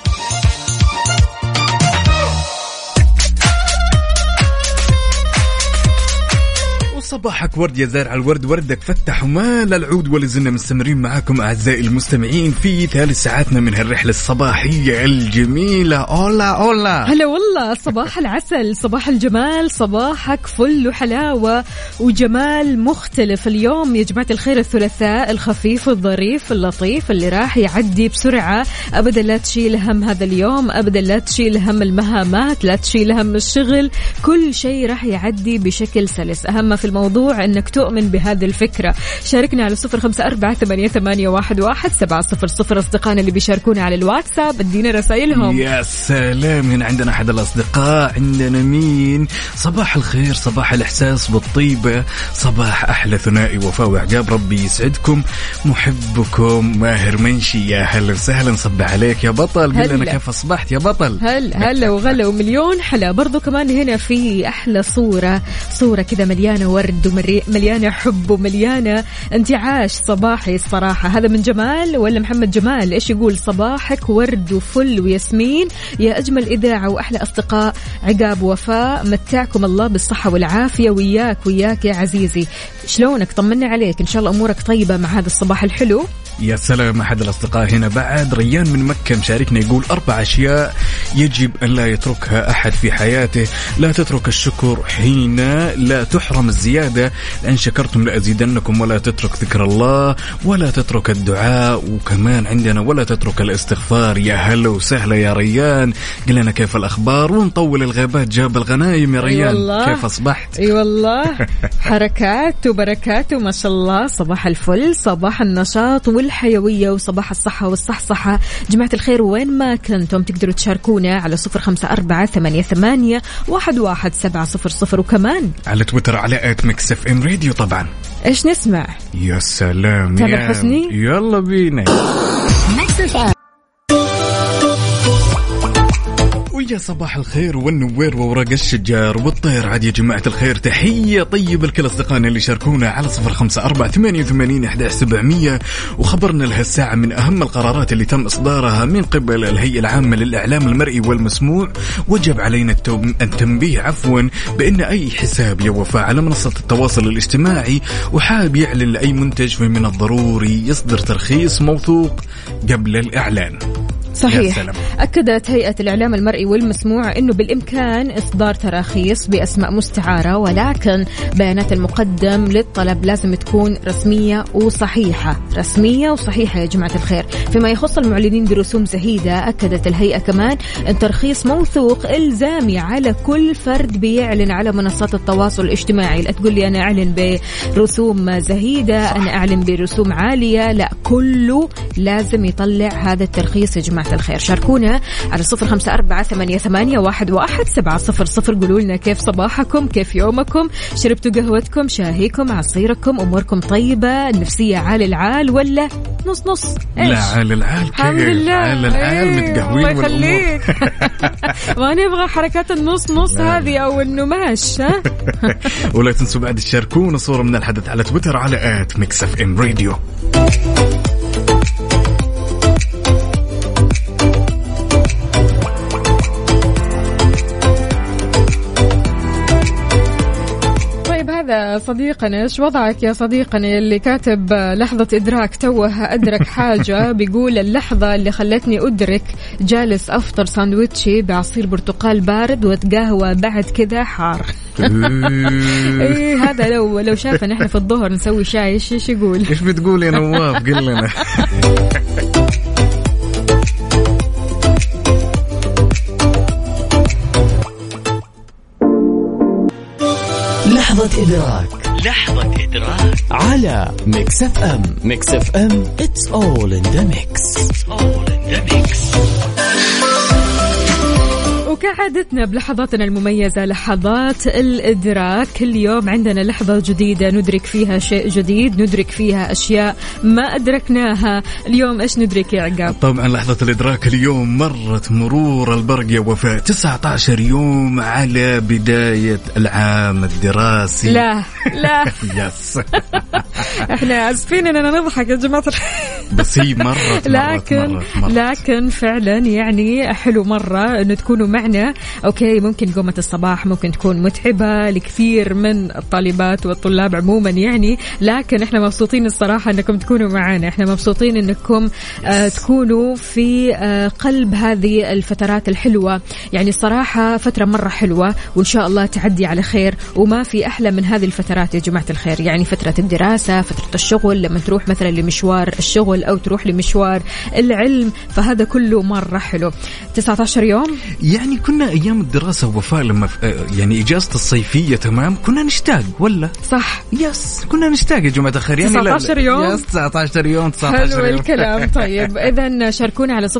صباحك ورد يا زارع الورد، وردك فتح ومال العود، ولازلنا مستمرين معاكم أعزائي المستمعين في ثالث ساعاتنا من هالرحلة الصباحية الجميلة. أولا هلا والله، صباح العسل، صباح الجمال، صباحك فل وحلاوة وجمال مختلف اليوم يا جماعة الخير. الثلاثاء الخفيف الظريف اللطيف اللي راح يعدي بسرعة. أبدا لا تشيل هم هذا اليوم، أبدا لا تشيل هم المهامات، لا تشيل هم الشغل، كل شيء راح يعدي بشكل سلس. أهم في الموضوع أنك تؤمن بهذه الفكرة. شاركنا على 0548811700. أصدقائنا اللي بيشاركونا على الواتساب ادينا رسائلهم. يا سلام، هنا عندنا أحد الأصدقاء، عندنا مين؟ صباح الخير، صباح الإحساس بالطيبة، صباح أحلى ثنائي وفاء وعقاب، ربي يسعدكم، محبكم ماهر منشي. يا هلا وسهلا، صب عليك يا بطل، قل لنا كيف أصبحت يا بطل. هلا وغلا ومليون حلا. برضو كمان هنا في أحلى صورة كذا مليانة ورد ومليانة حب ومليانة انتعاش صباحي الصراحة. هذا من جمال ولا محمد جمال؟ إيش يقول؟ صباحك ورد وفل وياسمين، يا أجمل إذاعة وأحلى أصدقاء عقاب وفاء، متعكم الله بالصحة والعافية، وياك يا عزيزي. شلونك؟ طمنا عليك، إن شاء الله أمورك طيبة مع هذا الصباح الحلو. يا سلام. أحد الأصدقاء هنا بعد ريان من مكة مشاركنا يقول 4 أشياء يجب أن لا يتركها أحد في حياته. لا تترك الشكر حين لا تحرم الزيادة، لأن شكرتم لأزيدنكم، ولا تترك ذكر الله، ولا تترك الدعاء، وكمان عندنا ولا تترك الاستغفار. يا هلا وسهلا يا ريان، قل لنا كيف الأخبار ونطول الغيبات جاب الغنايم يا ريان. كيف أصبحت؟ اي والله حركات وبركات وما شاء الله. صباح الفل، صباح النشاط والحيوية، وصباح الصحة والصحصحة. جماعة الخير وين ما كنتم تقدروا تشاركونا على 0548811700 وكمان على تويتر على @mixfm radio. طبعا ايش نسمع؟ يا سلام تامر حسني، يلا بينا. ويا صباح الخير والنوير وورق الشجار والطير عاد يا جماعة الخير. تحية طيبة لكل أصدقائنا اللي شاركونا على 0548811700. وخبرنا لهالساعة من أهم القرارات اللي تم إصدارها من قبل الهيئة العامة للإعلام المرئي والمسموع. وجب علينا التنبيه بأن أي حساب يا وفاء على منصة التواصل الاجتماعي وحاب يعلن لأي منتج فمن الضروري يصدر ترخيص موثوق قبل الإعلان. صحيح. أكدت هيئة الإعلام المرئي والمسموع أنه بالإمكان إصدار تراخيص بأسماء مستعارة، ولكن بيانات المقدم للطلب لازم تكون رسمية وصحيحة. رسمية وصحيحة يا جماعة الخير. فيما يخص المعلنين برسوم زهيدة، أكدت الهيئة كمان أن ترخيص موثوق إلزامي على كل فرد بيعلن على منصات التواصل الاجتماعي. لا تقول لي أنا أعلن برسوم زهيدة، أنا أعلن برسوم عالية، لا، كله لازم يطلع هذا الترخيص يا جماعة الخير. شاركونا على 0548811700. قولوا لنا كيف صباحكم، كيف يومكم، شربتوا قهوتكم، شاهيكم، عصيركم، أموركم طيبة، النفسية عال العال ولا نص نص؟ لا عال العال، الحمد لله عال العال، متقهوين الله يخليك. ما نبغى حركات النص نص هذه أو النماش. ولا تنسوا بعد تشاركونا صورة من الحدث على تويتر على @mixfm radio. هذا صديقنا، ايش وضعك يا صديقنا اللي كاتب لحظة إدراك، توه أدرك حاجة. بيقول اللحظة اللي خلتني أدرك جالس أفطر ساندويتشي بعصير برتقال بارد واتقهوى بعد كذا حار. ايه هذا لو شافنا احنا في الظهر نسوي شاي ايش يقول؟ ايش بتقول يا نواف؟ قل لنا. لحظة إدراك على ميكس اف ام. ميكس اف ام it's all in the mix. وكعادتنا بلحظاتنا المميزة لحظات الإدراك، اليوم عندنا لحظة جديدة ندرك فيها شيء جديد، ندرك فيها أشياء ما أدركناها. اليوم إيش ندرك يا عقاب؟ طبعا لحظة الإدراك اليوم مرت مرور البرق يا وفاء. 19 يوم على بداية العام الدراسي. لا يس. احنا اسفين اننا نضحك يا جماعة، بس هي مرت لكن فعلا يعني حلو مرة انه تكونوا معنا. اوكي ممكن قومة الصباح ممكن تكون متعبة لكثير من الطالبات والطلاب عموما يعني، لكن احنا مبسوطين الصراحة انكم تكونوا معنا. احنا مبسوطين انكم تكونوا في قلب هذه الفترات الحلوة. يعني الصراحة فترة مرة حلوة وان شاء الله تعدي على خير. وما في احلى من هذه الفترات يا جماعة الخير، يعني فترة الدراسة، فترة الشغل، لما تروح مثلا لمشوار الشغل أو تروح لمشوار العلم، فهذا كله مرة حلو. 19 يوم يعني كنا أيام الدراسة وفاء لما يعني إجازة الصيفية تمام كنا نشتاق ولا صح؟ يس كنا نشتاق يا جماعة الخير. يعني 19 يوم يس 19 يوم حلو الكلام. طيب إذن شاركونا على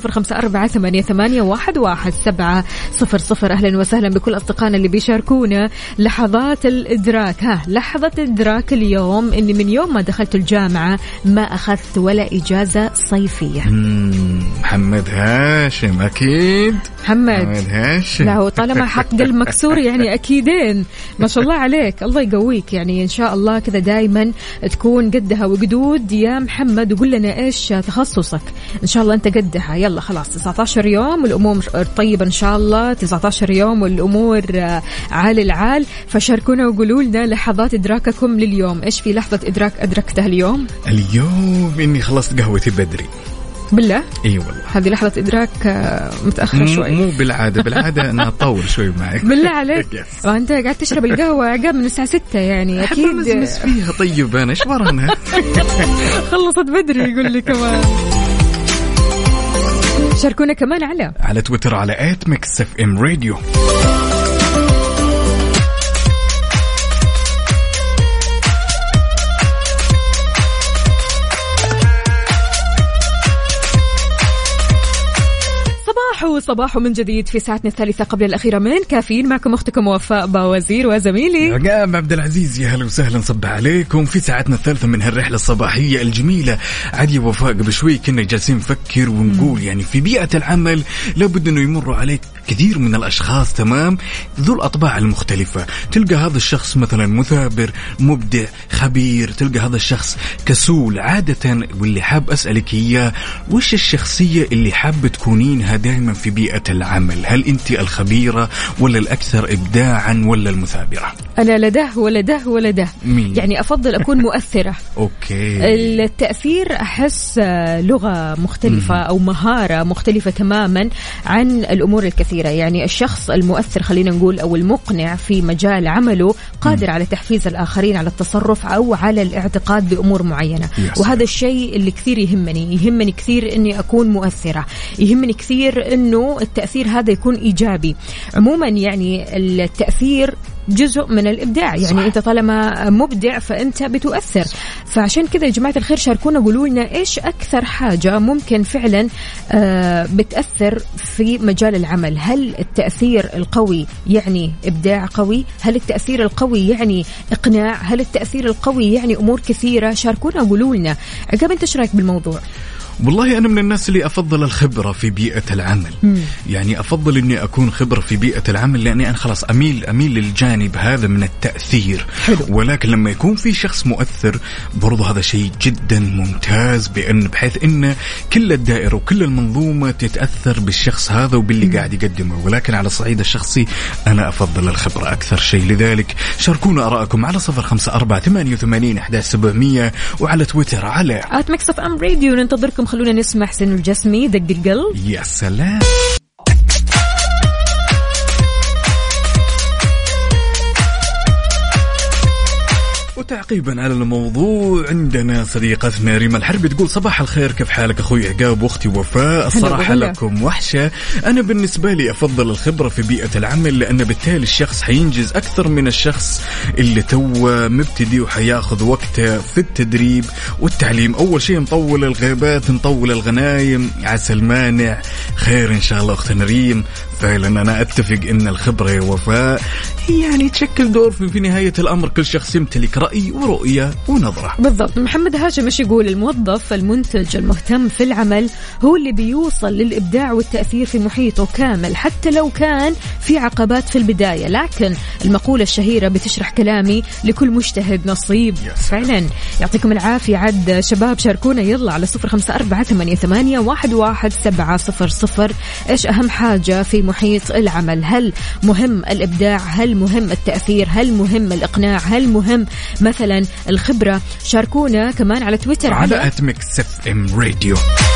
0548811700. أهلا وسهلا بكل أصدقائنا اللي بيشاركونا لحظات الإدراك. لحظة إدراك اليوم إني من يوم ما دخلت الجامعة ما أخذت ولا إجازة صيفية. محمد هاشم أكيد. محمد ماشي. لا هو طالما حط قلب مكسور يعني أكيدين. ما شاء الله عليك، الله يقويك، يعني إن شاء الله كذا دايما تكون قدها وقدود يا محمد. وقول لنا إيش تخصصك إن شاء الله أنت قدها. يلا خلاص 19 يوم والأمور طيبة إن شاء الله، 19 يوم والأمور عال العال. فشاركونا وقولوا لنا لحظات إدراككم لليوم. إيش في لحظة إدراك أدركتها اليوم؟ اليوم إني خلصت قهوتي بدري. بالله؟ اي والله. هذه لحظة إدراك متأخر شوي. مو بالعادة أنا أطول شوي معك. بالله عليك. وأنت قاعد تشرب القهوة عقاب من الساعة 6 يعني أكيد. مزمز فيها. طيب أنا إيش ورانا؟ خلصت بدري يقول لي كمان. شاركونا كمان على تويتر على @mixfmradio. صباح من جديد في ساعتنا الثالثة قبل الأخيرة من كافيين. معكم أختكم وفاء باوزير وزميلي عقاب عبد العزيز. يا هلا وسهلا، صبح عليكم في ساعتنا الثالثة من هالرحلة الصباحية الجميلة. عادي وفاء، قبل شوي كنا جالسين نفكر ونقول يعني في بيئة العمل لابد أنه يمر عليك كثير من الأشخاص، تمام، ذو الأطباع المختلفة. تلقى هذا الشخص مثلا مثابر، مبدع، خبير، تلقى هذا الشخص كسول عادة. واللي حاب أسألك إياه، وش الشخصية اللي حاب تكونينها دائما في بيئة العمل؟ هل أنت الخبيرة ولا الأكثر إبداعا ولا المثابرة؟ أنا لا ده ولا ده ولا ده. يعني أفضل أكون مؤثرة. أوكي. التأثير أحس لغة مختلفة أو مهارة مختلفة تماما عن الأمور الكثيرة. يعني الشخص المؤثر خلينا نقول أو المقنع في مجال عمله قادر على تحفيز الآخرين على التصرف أو على الاعتقاد بأمور معينة. وهذا الشيء اللي كثير يهمني كثير إني أكون مؤثرة. يهمني كثير إنه التأثير هذا يكون إيجابي. عموما يعني التأثير جزء من الإبداع. يعني صح. أنت طالما مبدع فأنت بتؤثر. فعشان كذا يا جماعة الخير شاركونا قولوا لنا إيش أكثر حاجة ممكن فعلا بتأثر في مجال العمل. هل التأثير القوي يعني إبداع قوي؟ هل التأثير القوي يعني إقناع؟ هل التأثير القوي يعني أمور كثيرة؟ شاركونا وقولوا لنا. عقاب أنت إيش رأيك بالموضوع؟ والله أنا من الناس اللي أفضل الخبرة في بيئة العمل. يعني أفضل إني أكون خبرة في بيئة العمل، لأني أنا خلاص أميل للجانب هذا من التأثير. ولكن لما يكون في شخص مؤثر برضو هذا شيء جدا ممتاز، بحيث إن كل الدائرة وكل المنظومة تتأثر بالشخص هذا وباللي قاعد يقدمه. ولكن على الصعيد الشخصي أنا أفضل الخبرة أكثر شيء. لذلك شاركونا آراءكم على 0548811700 وعلى تويتر على @mixfmradio. ننتظركم. خلونا نسمع حسين الجسمي دق القلب. يا سلام. وتعقيبا على الموضوع عندنا صديقتنا ريما الحربي تقول صباح الخير، كيف حالك أخوي عقاب وأختي وفاء؟ الصراحة لكم وحشة. أنا بالنسبة لي أفضل الخبرة في بيئة العمل، لأن بالتالي الشخص حينجز أكثر من الشخص اللي توه مبتدي وحياخذ وقته في التدريب والتعليم. أول شيء نطول الغيبات، نطول الغنايم، عسى المانع خير إن شاء الله أختنا ريم. فعلا أنا أتفق إن الخبرة يا وفاء يعني تشكل دور في نهاية الأمر. كل شخص يمتلك رأي ورؤية ونظرة. بالضبط. محمد هاشم مش يقول الموظف المنتج المهتم في العمل هو اللي بيوصل للإبداع والتأثير في محيطه كامل، حتى لو كان في عقبات في البداية. لكن المقولة الشهيرة بتشرح كلامي لكل مجتهد نصيب. فعلا يعطيكم العافية. عد شباب شاركونا يلا على 0548811700. إيش أهم حاجة في محيط العمل؟ هل مهم الإبداع؟ هل مهم التأثير؟ هل مهم الإقناع؟ هل مهم مثلا الخبرة؟ شاركونا كمان على تويتر على @mixfmradio.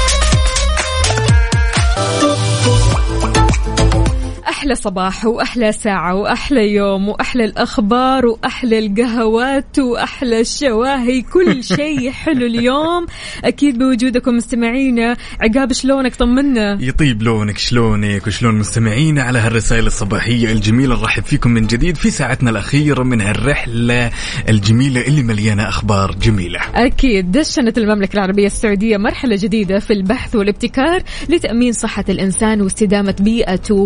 أحلى صباح وأحلى ساعة وأحلى يوم وأحلى الأخبار وأحلى القهوات وأحلى الشواهي. كل شيء حلو اليوم أكيد بوجودكم مستمعينا. عقاب شلونك؟ طمنا. يطيب لونك، شلونك وشلون مستمعينا على هالرسائل الصباحية الجميلة. نرحب فيكم من جديد في ساعتنا الأخيرة من هالرحلة الجميلة اللي مليانة أخبار جميلة. أكيد دشنت المملكة العربية السعودية مرحلة جديدة في البحث والابتكار لتأمين صحة الإنسان واستدامة بيئته واحتياجاته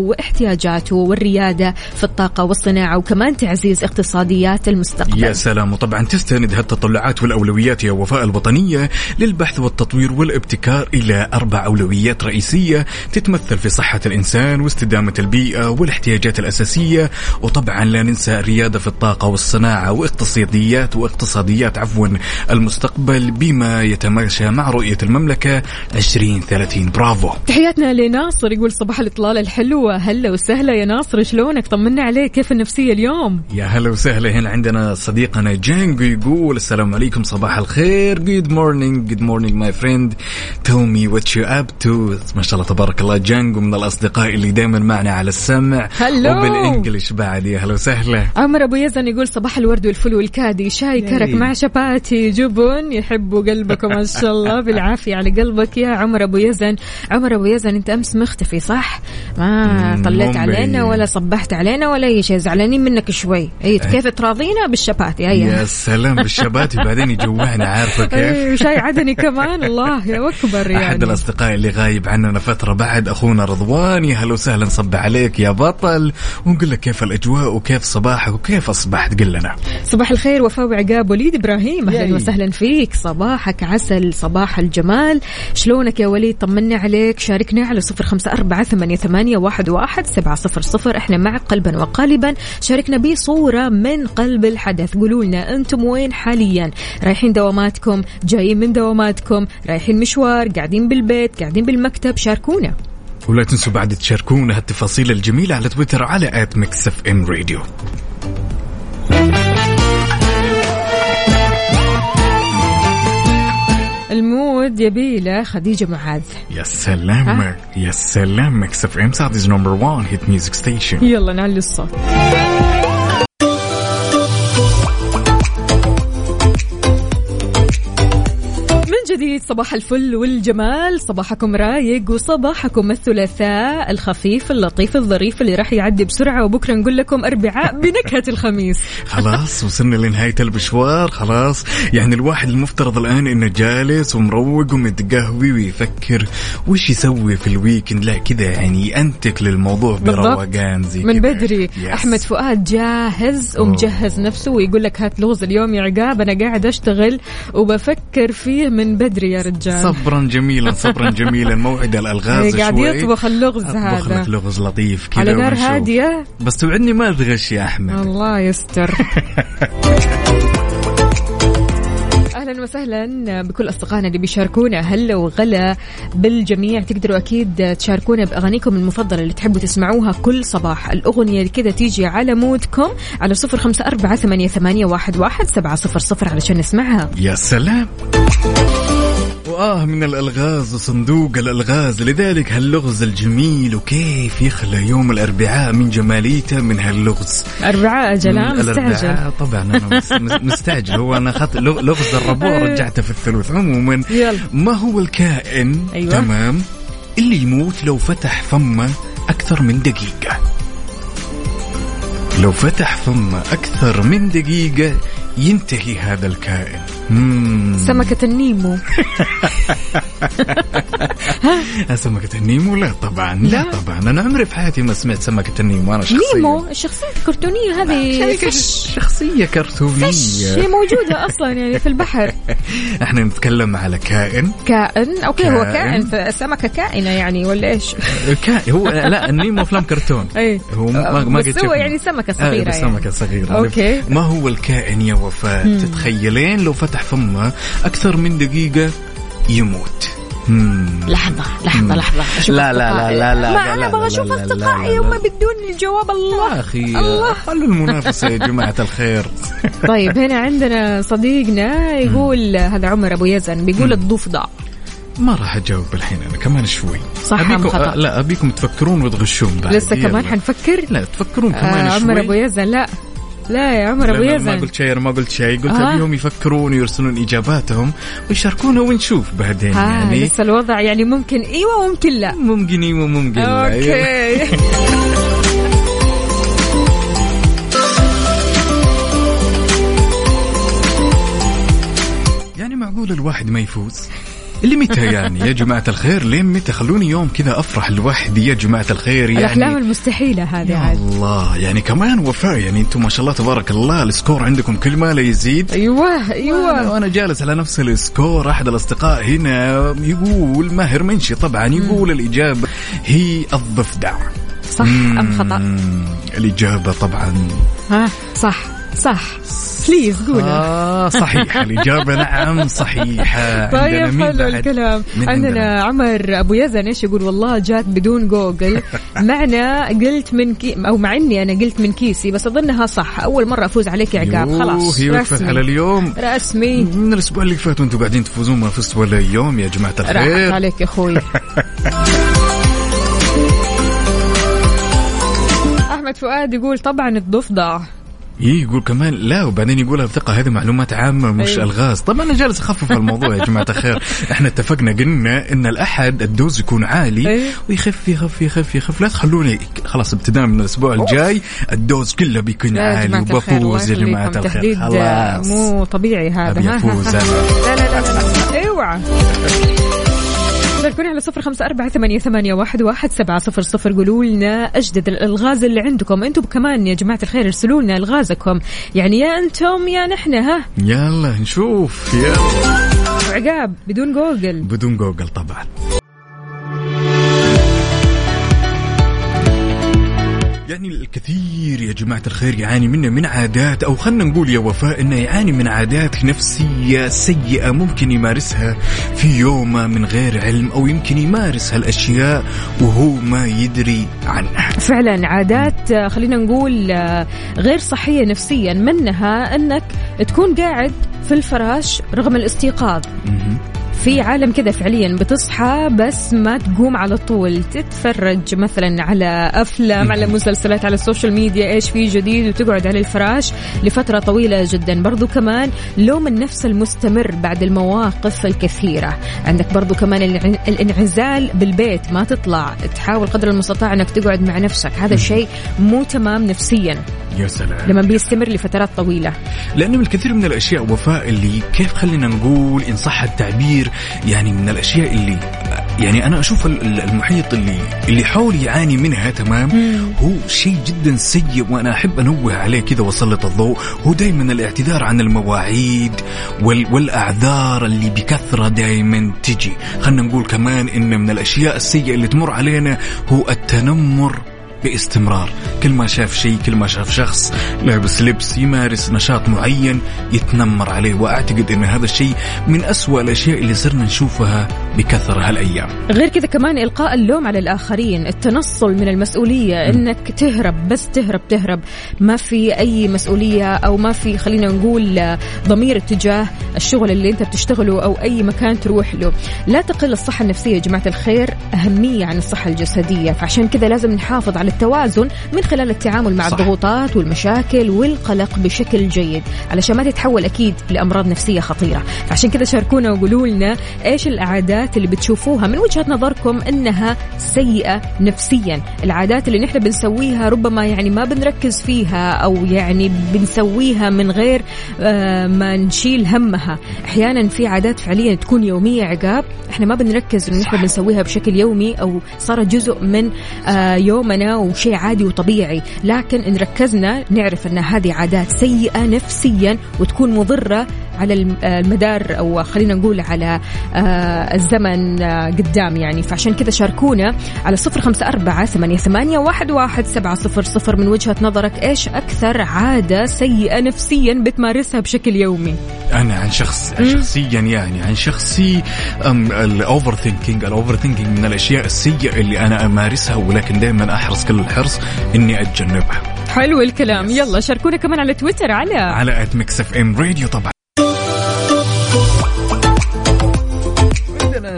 الاحتياجات والريادة في الطاقة والصناعة، وكمان تعزيز اقتصاديات المستقبل. يا سلام. وطبعا تستند هالتطلعات والأولويات يا وفاء الوطنية للبحث والتطوير والابتكار إلى 4 أولويات رئيسية تتمثل في صحة الإنسان واستدامة البيئة والاحتياجات الأساسية، وطبعا لا ننسى الريادة في الطاقة والصناعة واقتصاديات المستقبل بما يتماشى مع رؤية المملكة 2030. برافو. تحياتنا لناصر يقول صباح الإطلالة الحلوة. هلا وسهلا يا ناصر، شلونك؟ طمنا عليك، كيف النفسية اليوم؟ يا هلا وسهلا. هنا عندنا صديقنا جانجو يقول السلام عليكم، صباح الخير. Good morning my friend, tell me what you up to. ما شاء الله تبارك الله. جانجو من الأصدقاء اللي دائما معنا على السمع وبالإنجليش بعد. يا هلا وسهلا. عمر أبو يزن يقول صباح الورد والفل والكادي، شاي كرك مع شباتي جبن يحبوا قلبكم ما شاء الله. بالعافية على قلبك يا عمر أبو يزن. عمر أبو يزن أنت أمس مختفي صح؟ ما طلعت علينا ولا صبحت علينا ولا أي شيء، زعلانين منك شوي. كيف تراضينا بالشباتي؟ يا سلام بالشباتي بعدين يجوعنا، عارفة كيف؟ شاي عدني كمان. الله يا أكبر. يعني أحد الأصدقاء اللي غايب عننا فترة بعد أخونا رضوان. يا هلا وسهلا، نصب عليك يا بطل ونقول لك كيف الأجواء وكيف صباحك وكيف أصبحت. قل لنا. صباح الخير وفاء وعقاب. وليد إبراهيم أهلا وسهلا فيك، صباحك عسل، صباح الجمال. شلونك يا وليد؟ طمنا عليك. شاركنا على 0548811700. احنا معك قلبا وقالبا. شاركنا بصورة من قلب الحدث. قولوا لنا أنتم وين حاليا، رايحين دواماتكم، جايين من دواماتكم، رايحين مشوار، قاعدين بالبيت، قاعدين بالمكتب. شاركونا ولا تنسوا بعد تشاركونا هالتفاصيل الجميلة على تويتر على @mixfmradio. المود يبيله خديجة معاذ. يا سلام يا سلام. ميكس اف ام سعوديز نمبر 1 هيت ميوزك ستيشن. يلا نعلي الصوت. جديد صباح الفل والجمال، صباحكم رايق وصباحكم الثلاثاء الخفيف اللطيف الظريف اللي راح يعدي بسرعة، وبكرة نقول لكم أربعاء بنكهة الخميس. خلاص وصلنا لنهاية المشوار خلاص. يعني الواحد المفترض الآن إنه جالس ومروق ومتقهوي ويفكر وش يسوي في الويكند. لا كده يعني أنتك للموضوع بروقان زي من كده. بدري. أحمد فؤاد جاهز ومجهز نفسه ويقول لك هات لغز اليوم يا عقاب، أنا قاعد أشتغل وبفكر فيه من بدري يا رجال. صبرا جميلا صبرا جميلا. موعد الألغاز قاعد شوي يطبخ اللغز هذا. أطبخ لك لغز لطيف كذا على نار هادية، بس توعدني ما تغش يا أحمد. الله يستر. أهلا وسهلا بكل أصدقائنا اللي بيشاركونا. هلا وغلا بالجميع. تقدروا أكيد تشاركونا بأغانيكم المفضلة اللي تحبوا تسمعوها كل صباح. الأغنية كده تيجي على مودكم على 0548811700 علشان نسمعها. يا سلام. من الألغاز وصندوق الألغاز. لذلك هاللغز الجميل وكيف يخلى يوم الأربعاء من جماليته من هاللغز. أربعاء أجل مستعجل. طبعا أنا مستعجل. هو أنا أخذت لغز الربوع رجعته في الثلث. عموما ما هو الكائن تمام اللي يموت لو فتح فمه أكثر من دقيقة؟ لو فتح فمه أكثر من دقيقة ينتهي هذا الكائن. سمكة النيمو. سمكة النيمو؟ لا طبعا لا طبعا. أنا عمري في حياتي ما سمعت سمكة النيمو. أنا شخصيا نيمو الشخصية الكرتونية هذه شخصية كرتونية هي موجودة أصلا يعني في البحر. احنا نتكلم على كائن. أوكي هو كائن. سمكة كائنة يعني ولا إيش؟ هو لا النيمو أفلام كرتون. هو ما قلت هو يعني سمكة صغيرة. سمكة صغيرة. أوكي. ما هو الكائن يا وفاء تتخيلين لو فتح فمه أكثر من دقيقة يموت؟ لحظة لا ما أنا أبغى أشوف أصدقائي هم بدون الجواب. الله أخي خلوا المنافسة يا جماعة الخير. طيب هنا عندنا صديقنا يقول هذا عمر أبو يزن بيقول الضفدع. ما راح أجاوب الحين أنا كمان شوي. صح خطأ. لا أبيكم تفكرون وتغشون بعد. لسه كمان حنفكر. لا تفكرون كمان شوي. عمر أبو يزن لا يا عمر أبو يزن. ما قلت شيء. أنا ما قلت شيء. قلت أبيهم يفكرون ويرسلون إجاباتهم ويشاركونا ونشوف بعدين. يعني لسه الوضع يعني ممكن إيوه وممكن لا. ممكن إيوه ممكن لا. أوكي. يعني معقول الواحد ما يفوز؟ اللي متى يعني يا جماعة الخير؟ لين متى؟ خلوني يوم كذا أفرح لوحدي يا جماعة الخير. يعني الأحلام المستحيلة هذه. يا الله، يعني كمان وفاء، يعني أنتم ما شاء الله تبارك الله السكور عندكم كل ما لا يزيد. أيوة. وأنا جالس على نفس السكور. أحد الأصدقاء هنا يقول، ماهر منشي طبعا، يقول الإجابة هي الضفدع. صح أم خطأ؟ الإجابة طبعا صح بليز قولها. صحيح الإجابة نعم صحيحة. طيب حلو الكلام. عندنا عمر أبو يزن إيش يقول؟ والله جات بدون جوجل معنا قلت من أو مع إني أنا قلت من كيسي، بس أظنها صح. أول مرة أفوز عليك يا عقاب. خلاص هي وقفت على اليوم رسمي. من الأسبوع اللي فات وأنتم قاعدين تفوزون، ما فزتوا ولا يوم يا جماعة الخير. راحت عليك يا أخوي. أحمد فؤاد يقول طبعا الضفدع. يقول كمان لا، وبعدين يقولها بثقة هذه معلومات عامة مش ألغاز. طبعا أنا جالس أخفف الموضوع يا جماعة الخير. إحنا اتفقنا قلنا إن الأحد الدوز يكون عالي ويخف يخف يخف يخف. لا تخلوني خلاص ابتداء من الأسبوع الجاي الدوز كله بيكون عالي وبفوز يا جماعة الخير. خلاص مو طبيعي هذا. يفوز. لا اوعى. شاركوني على 0548811700. قولوا لنا أجدد الألغاز اللي عندكم أنتم كمان يا جماعة الخير. ارسلوا لنا ألغازكم، يعني يا أنتم يا نحن. ها يلا نشوف. يلا عقاب بدون جوجل. بدون جوجل طبعا. يعني الكثير يا جماعة الخير يعاني من عادات، أو خلنا نقول يا وفاء إنه يعاني من عادات نفسية سيئة ممكن يمارسها في يومه من غير علم، أو يمكن يمارس هالأشياء وهو ما يدري عنها. فعلا عادات خلينا نقول غير صحية نفسيا. منها أنك تكون قاعد في الفراش رغم الاستيقاظ. في عالم كذا فعليا بتصحى بس ما تقوم على طول، تتفرج مثلا على أفلام على مسلسلات على السوشيال ميديا إيش في جديد، وتقعد على الفراش لفترة طويلة جدا. برضو كمان لوم النفس المستمر بعد المواقف الكثيرة. عندك برضو كمان الانعزال بالبيت، ما تطلع، تحاول قدر المستطاع أنك تقعد مع نفسك. هذا الشيء مو تمام نفسيا. يا سلام. لما بيستمر لفترات طويلة، لأنه من الكثير من الأشياء وفاء اللي كيف خلينا نقول إن صح التعبير، يعني من الأشياء اللي يعني أنا أشوف المحيط اللي حولي يعاني منها تمام هو شيء جدا سيء، وأنا أحب أنوه عليه كذا وسلط الضوء. هو دايما الاعتذار عن المواعيد والأعذار اللي بكثرة دايما تجي. خلنا نقول كمان إن من الأشياء السيئة اللي تمر علينا هو التنمر باستمرار. كل ما شاف شيء، كل ما شاف شخص لابس لبس، يمارس نشاط معين، يتنمر عليه. وأعتقد أن هذا الشيء من أسوأ الأشياء اللي صرنا نشوفها بكثرة هالأيام. غير كذا كمان إلقاء اللوم على الآخرين، التنصل من المسؤولية، إنك تهرب، بس تهرب، ما في أي مسؤولية، أو ما في خلينا نقول ضمير اتجاه الشغل اللي أنت بتشتغله أو أي مكان تروح له. لا تقل الصحة النفسية يا جماعة الخير أهمية عن الصحة الجسدية، فعشان كذا لازم نحافظ على التوازن من خلال التعامل مع الضغوطات والمشاكل والقلق بشكل جيد، علشان ما تتحول أكيد لأمراض نفسية خطيرة. فعشان كذا شاركونا وقولوا لنا إيش العادات اللي بتشوفوها من وجهة نظركم إنها سيئة نفسيا. العادات اللي نحن بنسويها ربما يعني ما بنركز فيها، أو يعني بنسويها من غير ما نشيل همها. أحيانا في عادات فعليا تكون يومية عقاب، إحنا ما بنركز إن نحن بنسويها بشكل يومي أو صار جزء من يومنا وشيء عادي وطبيعي، لكن إن ركزنا نعرف أن هذه عادات سيئة نفسيا وتكون مضرة على المدار، أو خلينا نقول على الزمن قدام يعني. فعشان كذا شاركونا على 0548811700 من وجهة نظرك إيش أكثر عادة سيئة نفسيا بتمارسها بشكل يومي. أنا عن شخصيا يعني عن شخصي الأوفر ثينكينج من الأشياء السيئة اللي أنا أمارسها، ولكن دائما أحرص كل الحرص إني أتجنبها. حلو الكلام. يلا شاركونا كمان على تويتر على @mixfmradio. طبعا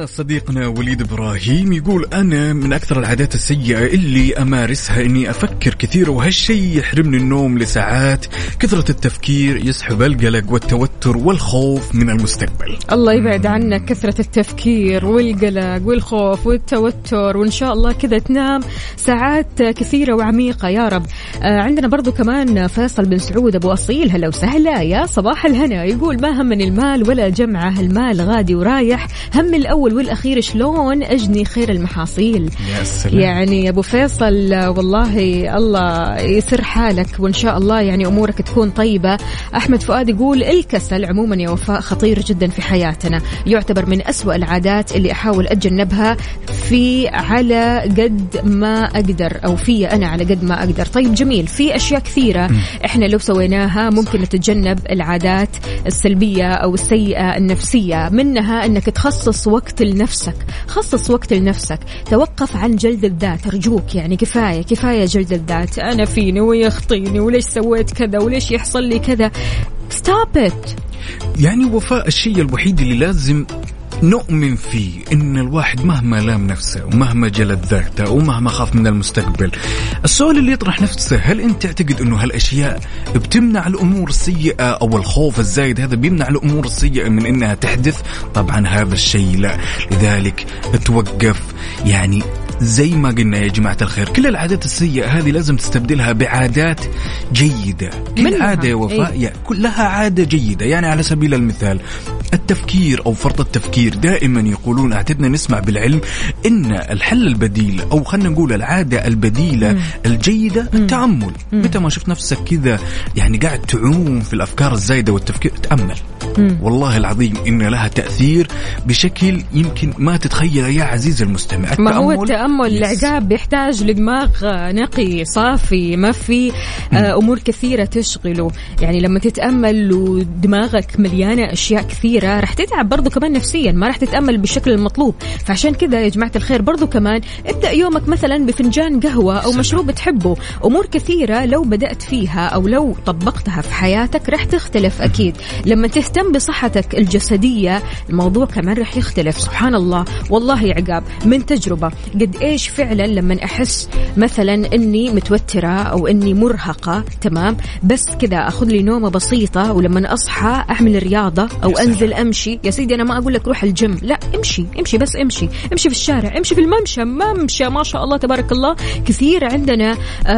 معنا صديقنا وليد إبراهيم يقول أنا من أكثر العادات السيئة اللي أمارسها إني أفكر كثير، وهالشي يحرمني النوم لساعات. كثرة التفكير يسحب القلق والتوتر والخوف من المستقبل. الله يبعد عنك كثرة التفكير والقلق والخوف والتوتر، وإن شاء الله كذا تنام ساعات كثيرة وعميقة يا رب. عندنا برضو كمان فيصل بن سعود أبو أصيل، هلا وسهلا يا صباح الهنا. يقول ما همني المال ولا جمعه، المال غادي ورايح، هم الأول والأخير شلون أجني خير المحاصيل. يا سلام. يعني أبو فيصل والله الله يسر حالك، وإن شاء الله يعني أمورك تكون طيبة. أحمد فؤاد يقول الكسل عموما يا وفاء خطير جدا في حياتنا، يعتبر من أسوأ العادات اللي أحاول أتجنبها في على قد ما أقدر، أو في أنا على قد ما أقدر. طيب جميل، في أشياء كثيرة إحنا لو سويناها ممكن نتجنب العادات السلبية أو السيئة النفسية. منها أنك تخصص وقت لنفسك، خصص وقت لنفسك، توقف عن جلد الذات أرجوك. يعني كفاية جلد الذات، أنا فيني ويخطيني وليش سويت كذا وليش يحصل لي كذا. stop it. يعني وفاء الشيء الوحيد اللي لازم نؤمن فيه إن الواحد مهما لام نفسه ومهما جلد ذاته ومهما خاف من المستقبل، السؤال اللي يطرح نفسه هل أنت تعتقد إنه هالأشياء بتمنع الأمور السيئة، أو الخوف الزايد هذا بيمنع الأمور السيئة من إنها تحدث؟ طبعا هذا الشيء لا. لذلك توقف. يعني زي ما قلنا يا جماعة الخير، كل العادات السيئة هذه لازم تستبدلها بعادات جيدة. كل عادة يا وفاء كلها عادة جيدة. يعني على سبيل المثال التفكير أو فرط التفكير، دائما يقولون اعتدنا نسمع بالعلم إن الحل البديل، أو خلنا نقول العادة البديلة الجيدة التأمل. متى ما شفت نفسك كذا يعني قاعد تعوم في الأفكار الزايدة والتفكير، تأمل. والله العظيم إن لها تأثير بشكل يمكن ما تتخيل يا عزيز المستمع. ما هو التأمل العقاب بيحتاج لدماغ نقي صافي، ما في أمور كثيرة تشغله. يعني لما تتأمل ودماغك مليانة أشياء كثيرة رح تتعب برضو كمان نفسيا، ما رح تتأمل بالشكل المطلوب. فعشان كذا يا جماعة الخير برضو كمان ابدأ يومك مثلا بفنجان قهوة أو مشروب تحبه. أمور كثيرة لو بدأت فيها أو لو طبقتها في حياتك رح تختلف أكيد. لما تهتم بصحتك الجسدية الموضوع كمان رح يختلف. سبحان الله، والله يا عقاب من تجربة قد إيش فعلا لما أحس مثلا إني متوترة أو إني مرهقة، تمام، بس كذا أخذ لي نومة بسيطة، ولما أصحى أعمل رياضة أو أنزل أمشي. يا سيدي أنا ما أقول لك روح الجيم، لا، امشي بس امشي في الشارع، امشي في الممشى ما شاء الله تبارك الله كثير عندنا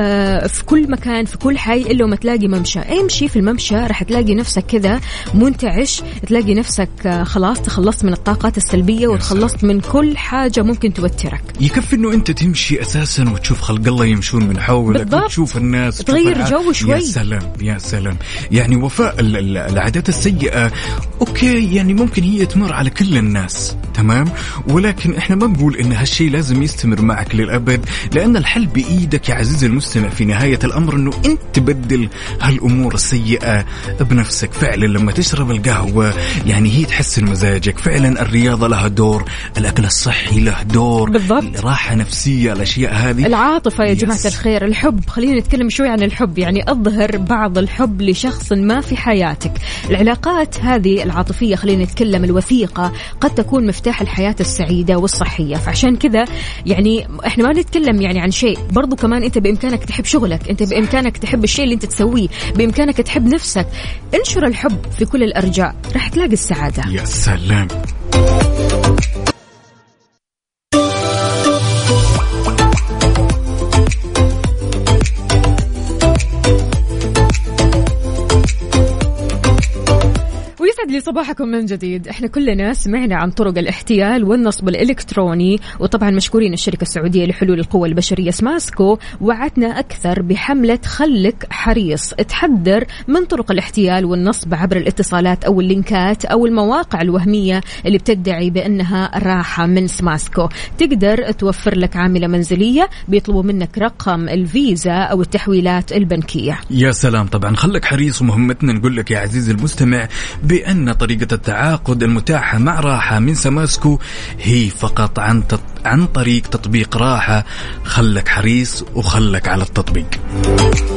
في كل مكان في كل حي إلا وما تلاقي ممشى. امشي في الممشى رح تلاقي نفسك كذا منتعش، تلاقي نفسك خلاص تخلصت من الطاقات السلبية وتخلصت من كل حاجة ممكن توترك. يكفي إنه أنت تمشي أساسا وتشوف خلق الله يمشون من حولك بالضبط. وتشوف الناس، تغير جو شوي. يا سلام. يعني وفاء العادات السيئة أوكي يعني ممكن هي تمر على كل الناس، تمام، ولكن إحنا ما نقول إن هالشيء لازم يستمر معك للأبد، لأن الحل بإيدك يا عزيزي المستمع في نهاية الأمر، إنه أنت تبدل هالأمور السيئة بنفسك. فعلا لما تشرب القهوة يعني هي تحسن مزاجك، فعلا الرياضة لها دور، الأكل الصحي له دور بالضبط، راحة نفسية، الأشياء هذه، العاطفة يا جماعة الخير، الحب. خلينا نتكلم شوي عن الحب. يعني أظهر بعض الحب لشخص ما في حياتك. العلاقات هذه العاطفية خلينا نتكلم الوثيقة قد تكون مفتاح الحياة السعيدة والصحية. فعشان كذا يعني احنا ما نتكلم يعني عن شيء، برضو كمان انت بإمكانك تحب شغلك، انت بإمكانك تحب الشيء اللي انت تسويه، بإمكانك تحب نفسك. انشر الحب في كل الأرجاء رح تلاقي السعادة. يا سلام. لي صباحكم من جديد. احنا كلنا سمعنا عن طرق الاحتيال والنصب الإلكتروني، وطبعا مشكورين الشركة السعودية لحلول القوى البشرية سماسكو وعدنا أكثر بحملة خلك حريص، تحذر من طرق الاحتيال والنصب عبر الاتصالات أو اللينكات أو المواقع الوهمية اللي بتدعي بأنها راحة من سماسكو. تقدر توفر لك عاملة منزلية بيطلبوا منك رقم الفيزا أو التحويلات البنكية. يا سلام. طبعا خلك حريص، ومهمتنا نقول لك يا عزيزي المستمع بأن طريقة التعاقد المتاحة مع راحة من سماسكو هي فقط عن طريق تطبيق راحة. خلك حريص وخلك على التطبيق.